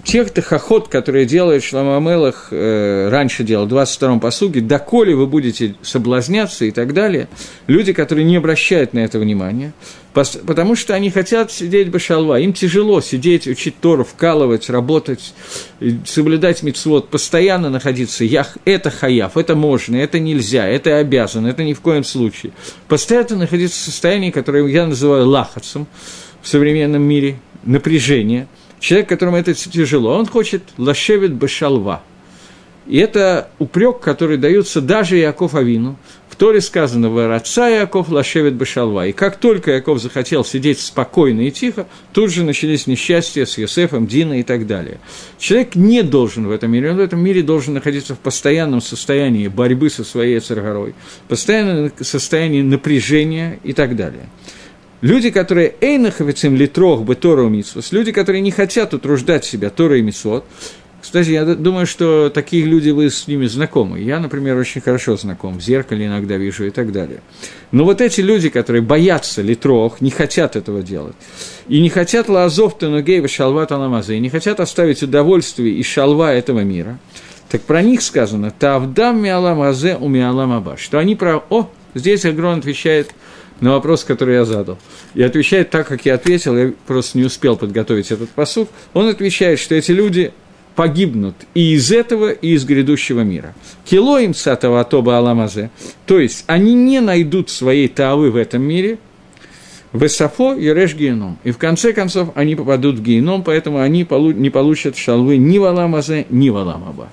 тех тахоход, которые делает Шломо ха-Мелех, э, раньше делал, в двадцать втором пасуке, «доколе вы будете соблазняться» и так далее, люди, которые не обращают на это внимания, потому что они хотят сидеть башалва, им тяжело сидеть, учить Тору, вкалывать, работать, соблюдать мицвот, постоянно находиться, ях, это хаяв, это можно, это нельзя, это обязан, это ни в коем случае. Постоянно находиться в состоянии, которое я называю лахацем в современном мире, напряжение. Человек, которому это тяжело, он хочет лашевит башалва. И это упрек, который дается даже Яаков Авину. В Торе сказано: «Вараца Яаков лашевит башалва». И как только Яаков захотел сидеть спокойно и тихо, тут же начались несчастья с Йосефом, Диной и так далее. Человек не должен в этом мире, он в этом мире должен находиться в постоянном состоянии борьбы со своей йецер гарой, постоянном состоянии напряжения и так далее. Люди, которые эйнахавицим литрох бы Тора у митцвот, люди, которые не хотят утруждать себя Торой и митцвот. Кстати, я думаю, что такие люди, вы с ними знакомы. Я, например, очень хорошо знаком, в зеркале иногда вижу и так далее. Но вот эти люди, которые боятся литрох, не хотят этого делать, и не хотят лаазов танугей ва шалват аламазе, и не хотят оставить удовольствие и шалва этого мира, так про них сказано: «Тавдам миалам азе у миалам аба», что они про... О, здесь Агрон отвечает на вопрос, который я задал. И отвечает так, как я ответил, я просто не успел подготовить этот пасук. Он отвечает, что эти люди погибнут и из этого, и из грядущего мира. Килоим сатава тоба аламазе, то есть они не найдут своей таавы в этом мире, весафо ереш геном, и в конце концов они попадут в геном, поэтому они не получат шалвы ни в аламазе, ни в аламаба.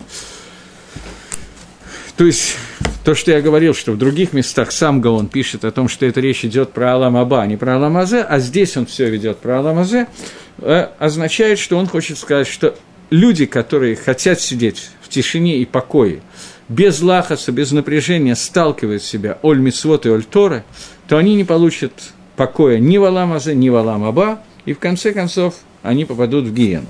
То есть, то, что я говорил, что в других местах сам Гаон пишет о том, что это речь идет про Алам Аба, а не про Алам Азе, а здесь он все ведет про Алам Азе, э, означает, что он хочет сказать, что люди, которые хотят сидеть в тишине и покое, без лахаса, без напряжения сталкивают себя оль мицвот и оль Торы, то они не получат покоя ни в Алам Азе, ни в Алам Аба, и в конце концов они попадут в гиену.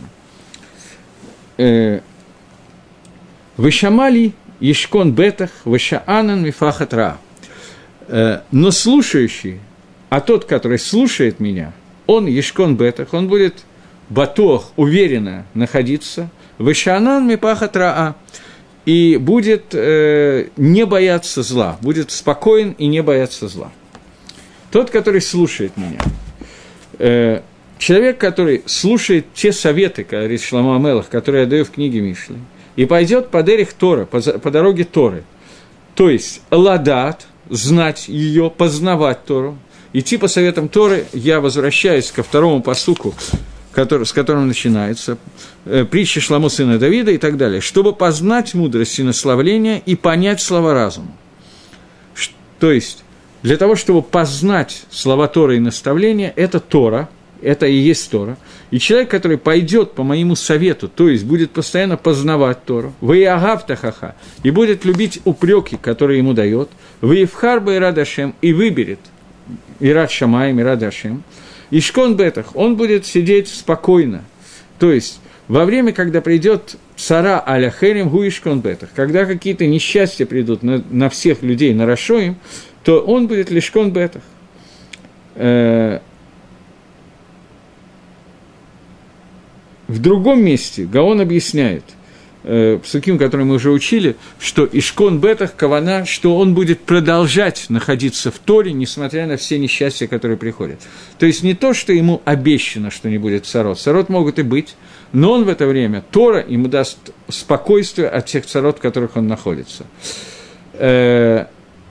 Э, Вышамали Ешкон бетах, вешаанан мифахат ра. Но слушающий, а тот, который слушает меня, он ешкон бетах, он будет батох, уверенно находиться, вешаанан мифахат ра, и будет э, не бояться зла, будет спокоен и не бояться зла. Тот, который слушает меня. Э, человек, который слушает те советы, говорит Шломо ха-Мелех, которые я даю в книге Мишли, и пойдет по дерих Тора, по, по дороге Торы, то есть ладат, знать ее, познавать Тору, идти по советам Торы. Я возвращаюсь ко второму пасуку, который, с которым начинается э, притча Шломо сына Давида и так далее, чтобы познать мудрость и наславление и понять слова разума. Ш, то есть для того, чтобы познать слова Торы и наставления, это Тора, это и есть Тора. И человек, который пойдет по моему совету, то есть будет постоянно познавать Тору, «Ваягав тахаха», и будет любить упреки, которые ему дает, «Ваевхар ба ирад Ашем», и выберет ирад Шамаим, ирад Ашем, и шкон бетах, он будет сидеть спокойно. То есть во время, когда придет цара аля херем гу ишкон бетах, когда какие-то несчастья придут на, на всех людей, на рашоим, то он будет лишкон бетах. В другом месте Гаон объясняет, э, псуким, который мы уже учили, что Ишкон Бетах кавана, что он будет продолжать находиться в Торе, несмотря на все несчастья, которые приходят. То есть не то, что ему обещано, что не будет царот. Царот могут и быть, но он в это время, Тора ему даст спокойствие от тех царот, в которых он находится. Э,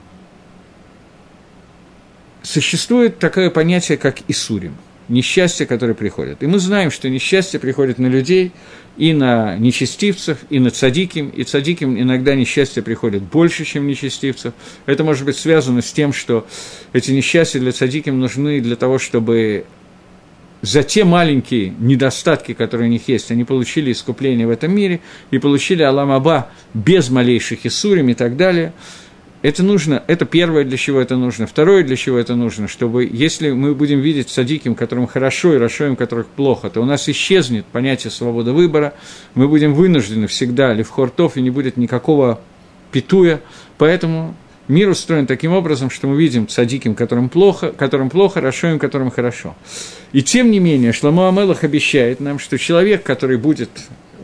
существует такое понятие, как Исурим. Несчастья, которые приходят. И мы знаем, что несчастья приходят на людей, и на нечестивцев, и на цадиким, и цадиким иногда несчастья приходят больше, чем нечестивцев. Это может быть связано с тем, что эти несчастья для цадиким нужны для того, чтобы за те маленькие недостатки, которые у них есть, они получили искупление в этом мире, и получили Алам Аба без малейших исурим и так далее. Это нужно, это первое, для чего это нужно. Второе, для чего это нужно, чтобы, если мы будем видеть цадиким, которым хорошо, и рашоим, которых плохо, то у нас исчезнет понятие свободы выбора, мы будем вынуждены всегда левхортов, и не будет никакого питуя. Поэтому мир устроен таким образом, что мы видим цадиким, которым плохо, которым плохо, рашоим, которым хорошо. И тем не менее, Шломо ха-Мелех обещает нам, что человек, который будет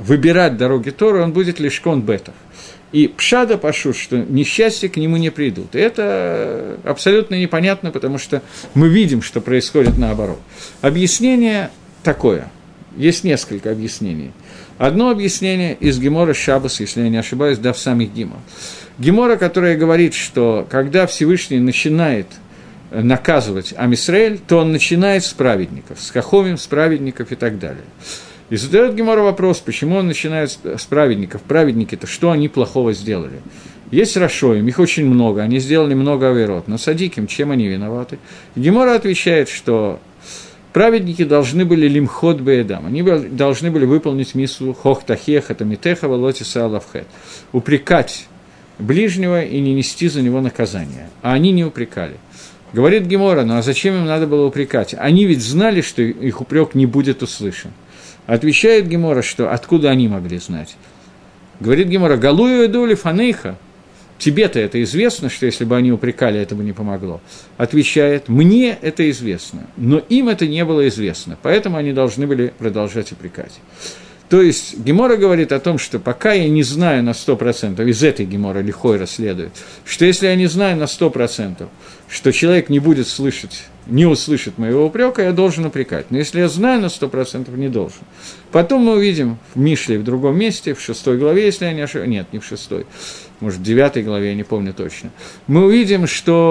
выбирать дороги Торы, он будет лишкон бетов. И пшада пашут, что несчастья к нему не придут. И это абсолютно непонятно, потому что мы видим, что происходит наоборот. Объяснение такое. Есть несколько объяснений. Одно объяснение из Гемора Шаббас, если я не ошибаюсь, да, в самих Гимор. Гемора, которая говорит, что когда Всевышний начинает наказывать Ам Исраэль, то он начинает с праведников, с хахомим, с праведников и так далее. И задает Гемора вопрос, почему он начинает с праведников. Праведники-то что они плохого сделали? Есть рашоим, их очень много, они сделали много аверот, но садиким, чем они виноваты? И Гемора отвечает, что праведники должны были лимхот беэдам, они должны были выполнить миссу хох тахех, это митехава лотиса алавхет, упрекать ближнего и не нести за него наказание. А они не упрекали. Говорит Гемора, ну а зачем им надо было упрекать? Они ведь знали, что их упрек не будет услышан. Отвечает Гемора, что откуда они могли знать? Говорит Гемора, галую эдули фанейха. Тебе-то это известно, что если бы они упрекали, это бы не помогло. Отвечает, мне это известно, но им это не было известно, поэтому они должны были продолжать упрекать. То есть Гемора говорит о том, что пока я не знаю на сто процентов, из этой Гемора лихойра следует, что если я не знаю на сто процентов, что человек не будет слышать, не услышит моего упрека, я должен упрекать. Но если я знаю на сто процентов, не должен. Потом мы увидим в Мишле в другом месте, в шестой главе, если я не ошибаюсь, нет, не в шестой, может, в девятой главе, я не помню точно, мы увидим,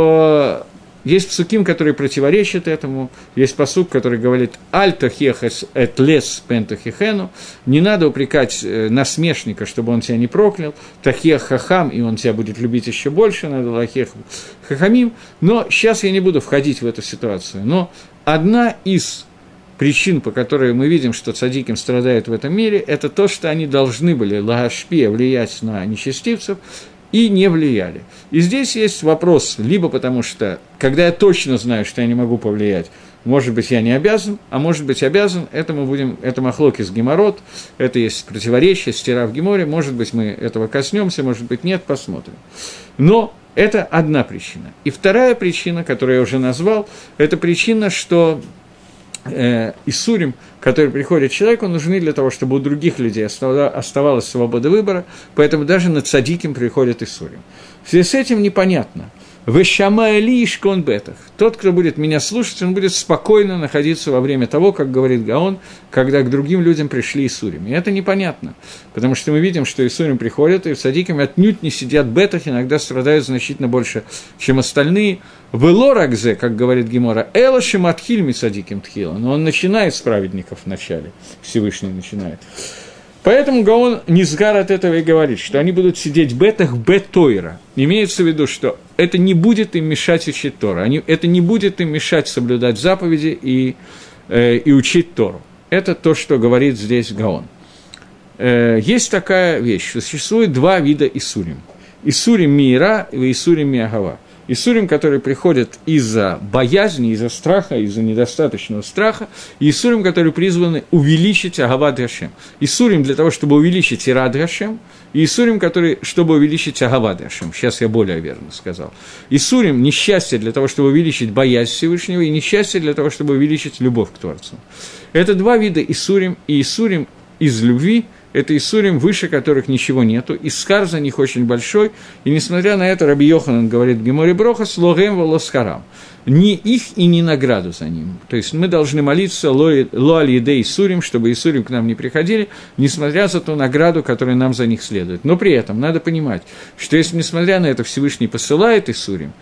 что есть псуким, которые противоречат этому, есть пасук, который говорит «Альто хехес эт лес пентахихену», не надо упрекать насмешника, чтобы он тебя не проклял, тахех хахам, и он тебя будет любить еще больше, надо лахех хахамим, но сейчас я не буду входить в эту ситуацию, но одна из причин, по которой мы видим, что цадиким страдают в этом мире, это то, что они должны были лагашпия влиять на нечестивцев, и не влияли. И здесь есть вопрос, либо потому что, когда я точно знаю, что я не могу повлиять, может быть, я не обязан, а может быть, обязан, это мы будем, это махлокис геморрот, это есть противоречие, стира в геморе, может быть, мы этого коснемся, может быть, нет, посмотрим. Но это одна причина. И вторая причина, которую я уже назвал, это причина, что э, иссурим, которые приходят к человеку, нужны для того, чтобы у других людей оставалась свобода выбора, поэтому даже над цадиким приходят иссурим. В связи с этим непонятно. «Вешамая ли ишкон бетах». Тот, кто будет меня слушать, он будет спокойно находиться во время того, как говорит Гаон, когда к другим людям пришли иссурим. И это непонятно, потому что мы видим, что иссурим приходят, и в цадиким отнюдь не сидят бетах, иногда страдают значительно больше, чем остальные. «Велоракзе», как говорит Гемора, «эла шематхиль мицадиким тхила». Но он начинает с праведников вначале, Всевышний начинает. Поэтому Гаон низгар от этого и говорит, что они будут сидеть в бетах бет-тойра. Имеется в виду, что это не будет им мешать учить Тору, они, это не будет им мешать соблюдать заповеди и, э, и учить Тору. Это то, что говорит здесь Гаон. Э, есть такая вещь, что существует два вида иссурим. Иссурим миира и иссурим миагава. Иссурим, которые приходят из-за боязни, из-за страха, из-за недостаточного страха, и иссурим, которые призваны увеличить агават Гашем. Иссурим для того, чтобы увеличить ирад Гашем, и иссурим, который, чтобы увеличить агават Гашем. Сейчас я более верно сказал. Иссурим – несчастье для того, чтобы увеличить боязнь Всевышнего, и несчастье для того, чтобы увеличить любовь к Творцу. Это два вида иссурим, и иссурим из любви – это иссурим, выше которых ничего нету, и скар за них очень большой, и несмотря на это, Раби Йоханан говорит в Геморе Брохас, логем волосхарам, ни их и ни награду за ним. То есть мы должны молиться ло аль едей иссурим, чтобы иссурим к нам не приходили, несмотря за ту награду, которая нам за них следует. Но при этом надо понимать, что если, несмотря на это, Всевышний посылает иссурим,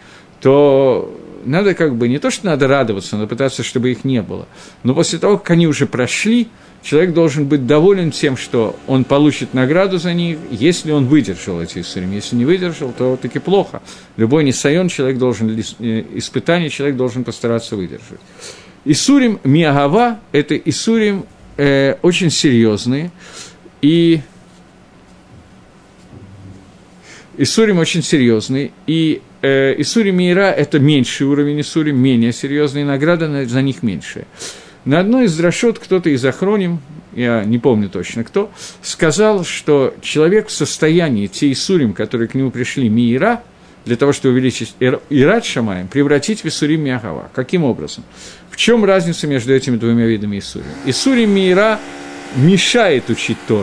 то надо как бы не то, что надо радоваться, надо пытаться, чтобы их не было, но после того, как они уже прошли, человек должен быть доволен тем, что он получит награду за них, если он выдержал эти иссурим. Если не выдержал, то таки плохо. Любой нисайон человек должен, испытание человек должен постараться выдержать. Иссурим миагава – это иссурим э, очень серьезные, и иссурим очень серьезный, и э, иссурим миира – это меньший уровень иссурим, менее серьезный, награда за них меньшая. На одной из драшот кто-то из охроним, я не помню точно кто, сказал, что человек в состоянии те иссурим, которые к нему пришли миира, для того, чтобы увеличить ират шамаем, превратить в иссурим миагава. Каким образом? В чем разница между этими двумя видами иссурим? Иссурим миира мешает учить Тору,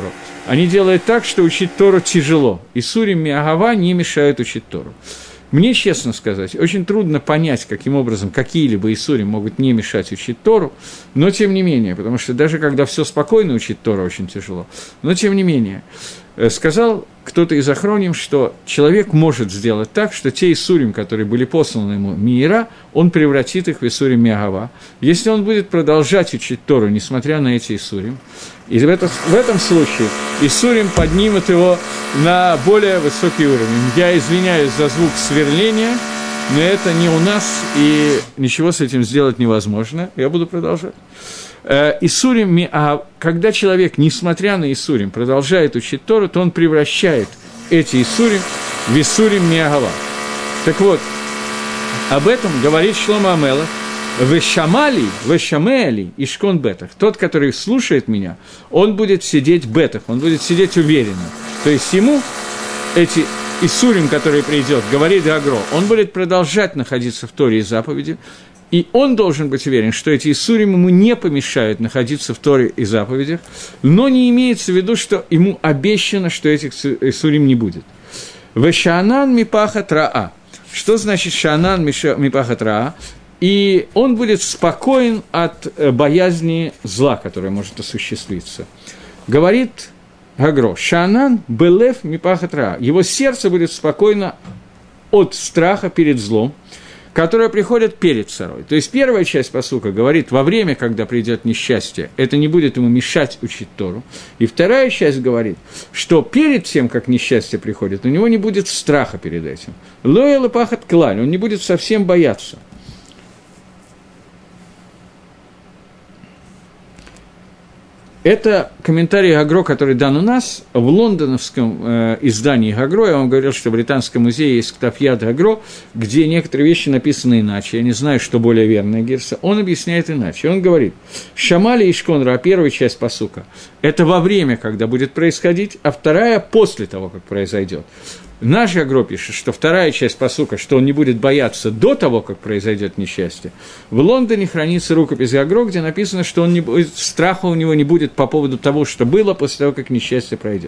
они делают так, что учить Тору тяжело. Исурим миагава не мешают учить Тору. Мне, честно сказать, очень трудно понять, каким образом какие-либо исурим могут не мешать учить Тору, но тем не менее, потому что даже когда все спокойно учить Тору очень тяжело, но тем не менее, сказал кто-то из охроним, что человек может сделать так, что те исурим, которые были посланы ему миира, он превратит их в исурим миагава. Если он будет продолжать учить Тору, несмотря на эти исурим, и в, это, в этом случае исурим поднимут его на более высокий уровень. Я извиняюсь за звук сверления, но это не у нас, и ничего с этим сделать невозможно. Я буду продолжать. Исурим, а когда человек, несмотря на Исурим, продолжает учить Тору, то он превращает эти Исурим в Исурим миагава. Так вот, об этом говорит Шломо Амелех: «Вешамали, вешамеали, ишкон бетах». Тот, который слушает меня, он будет сидеть бетах, он будет сидеть уверенно. То есть ему эти Исурим, который придет, говорит Агро, он будет продолжать находиться в Торе и заповеди, и он должен быть уверен, что эти Исурим ему не помешают находиться в Торе и заповедях, но не имеется в виду, что ему обещано, что этих Исурим не будет. «Вешаанан мипахат раа». Что значит «шаанан мипахат раа»? И он будет спокоен от боязни зла, которое может осуществиться. Говорит Агро: «Шаанан белев мипахат раа». Его сердце будет спокойно от страха перед злом, которая приходит перед царой. То есть первая часть пасука говорит, во время, когда придет несчастье, это не будет ему мешать учить Тору. И вторая часть говорит, что перед тем, как несчастье приходит, у него не будет страха перед этим. Лоэ лапахат клаль, он не будет совсем бояться. Это комментарий Агро, который дан у нас в лондоновском э, издании Агро. Я вам говорил, что в Британском музее есть Ктафьяд Агро, где некоторые вещи написаны иначе. Я не знаю, что более верная герса. Он объясняет иначе. Он говорит: «Шамали и Шконра», первая часть пасука, это во время, когда будет происходить, а вторая после того, как произойдет. Наш Агро пишет, что вторая часть пасука, что он не будет бояться до того, как произойдет несчастье. В Лондоне хранится рукопись Агро, где написано, что он не будет, страха у него не будет по поводу того, что было после того, как несчастье пройдет.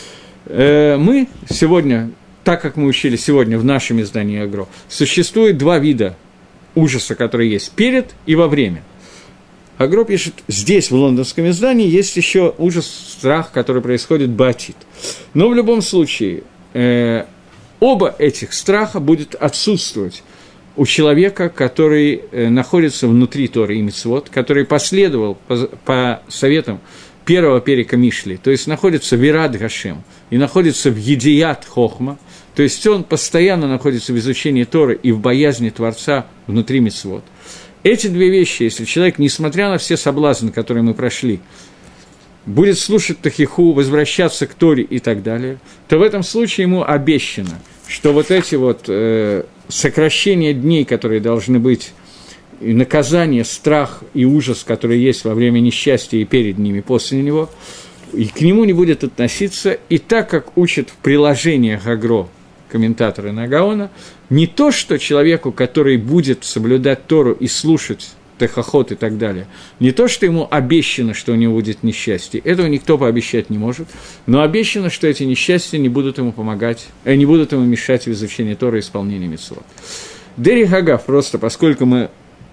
Э, мы сегодня, так как мы учили сегодня в нашем издании Агро, существует два вида ужаса, которые есть перед и во время. Агро пишет, здесь, в лондонском издании, есть еще ужас, страх, который происходит баатит. Но в любом случае, Э, оба этих страха будет отсутствовать у человека, который э, находится внутри Торы и Мицвот, который последовал по, по советам первого перека Мишли, то есть находится в Ират Гашем и находится в Едият Хохма, то есть он постоянно находится в изучении Торы и в боязни Творца внутри Мицвот. Эти две вещи, если человек, несмотря на все соблазны, которые мы прошли, будет слушать Тахиху, возвращаться к Торе и так далее, то в этом случае ему обещано, что вот эти вот э, сокращения дней, которые должны быть, и наказание, страх и ужас, которые есть во время несчастья и перед ними, после него, и к нему не будет относиться, и так как учат в приложениях Агро комментаторы Нагаона, не то, что человеку, который будет соблюдать Тору и слушать Техахот и так далее. Не то, что ему обещано, что у него будет несчастье, этого никто пообещать не может, но обещано, что эти несчастья не будут ему помогать, э, не будут ему мешать в изучении Торы и исполнении мицвот. Дери Хагав, просто поскольку мы...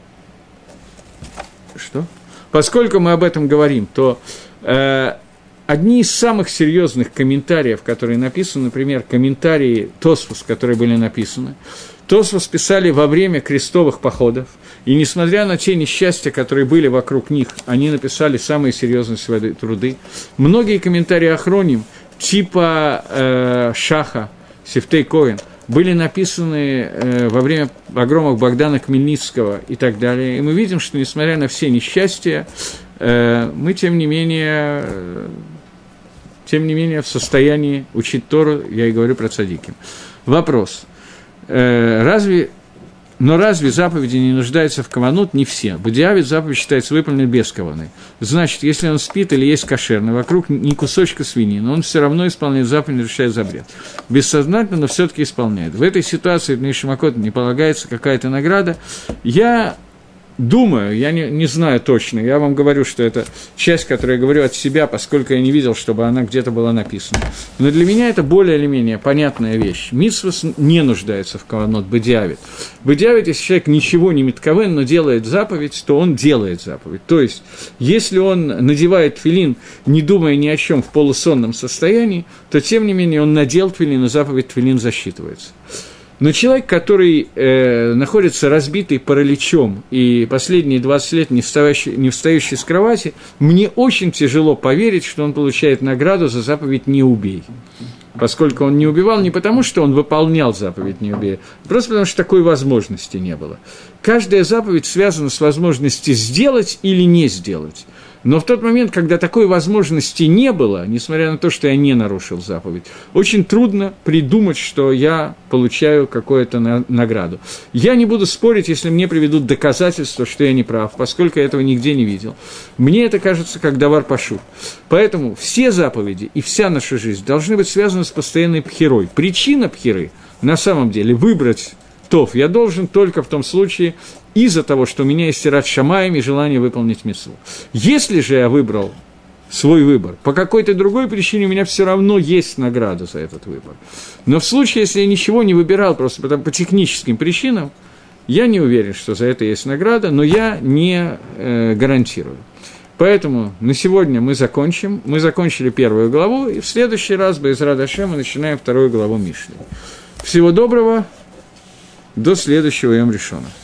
Что? Поскольку мы об этом говорим, то э, одни из самых серьезных комментариев, которые написаны, например, комментарии Тосфос, которые были написаны, Тосфос писали во время крестовых походов, и несмотря на те несчастья, которые были вокруг них, они написали самые серьезные свои труды. Многие комментарии Ахроним, типа э, Шаха, Сифтей Коэн, были написаны э, во время погромов Богдана Хмельницкого и так далее. И мы видим, что, несмотря на все несчастья, э, мы, тем не менее, э, тем не менее, в состоянии учить Тору, я и говорю про цадиким. Вопрос. Э, разве... Но разве заповеди не нуждаются в каванут? Не все. Бадиавит заповедь считается выполненной без каваны. Значит, если он спит или есть кошерный, вокруг ни кусочка свинины, он все равно исполняет заповедь, нарушает запрет. Бессознательно, но все-таки исполняет. В этой ситуации Бней Шимакот не полагается какая-то награда. Я думаю, я не, не знаю точно, я вам говорю, что это часть, которую я говорю от себя, поскольку я не видел, чтобы она где-то была написана. Но для меня это более или менее понятная вещь. Мицвос не нуждается в каванот бедиавит. Бедиавит, если человек ничего не митковен, но делает заповедь, то он делает заповедь. То есть, если он надевает тфилин, не думая ни о чем в полусонном состоянии, то, тем не менее, он надел тфилин, и заповедь тфилин засчитывается. Но человек, который э, находится разбитый параличом и последние двадцать лет не встающий, не встающий с кровати, мне очень тяжело поверить, что он получает награду за заповедь «не убей». Поскольку он не убивал не потому, что он выполнял заповедь «не убей», а просто потому, что такой возможности не было. Каждая заповедь связана с возможностью сделать или не сделать. Но в тот момент, когда такой возможности не было, несмотря на то, что я не нарушил заповедь, очень трудно придумать, что я получаю какую-то на- награду. Я не буду спорить, если мне приведут доказательства, что я не прав, поскольку я этого нигде не видел. Мне это кажется как давар пашут. Поэтому все заповеди и вся наша жизнь должны быть связаны с постоянной пхирой. Причина пхиры, на самом деле, выбрать тов я должен только в том случае, из-за того, что у меня есть ират шамаем и желание выполнить мицву. Если же я выбрал свой выбор, по какой-то другой причине у меня все равно есть награда за этот выбор. Но в случае, если я ничего не выбирал, просто потому, по техническим причинам, я не уверен, что за это есть награда, но я не э, гарантирую. Поэтому на сегодня мы закончим. Мы закончили первую главу, и в следующий раз, Бе'эзрат Ашем, мы начинаем вторую главу Мишли. Всего доброго, до следующего Йом Ришона.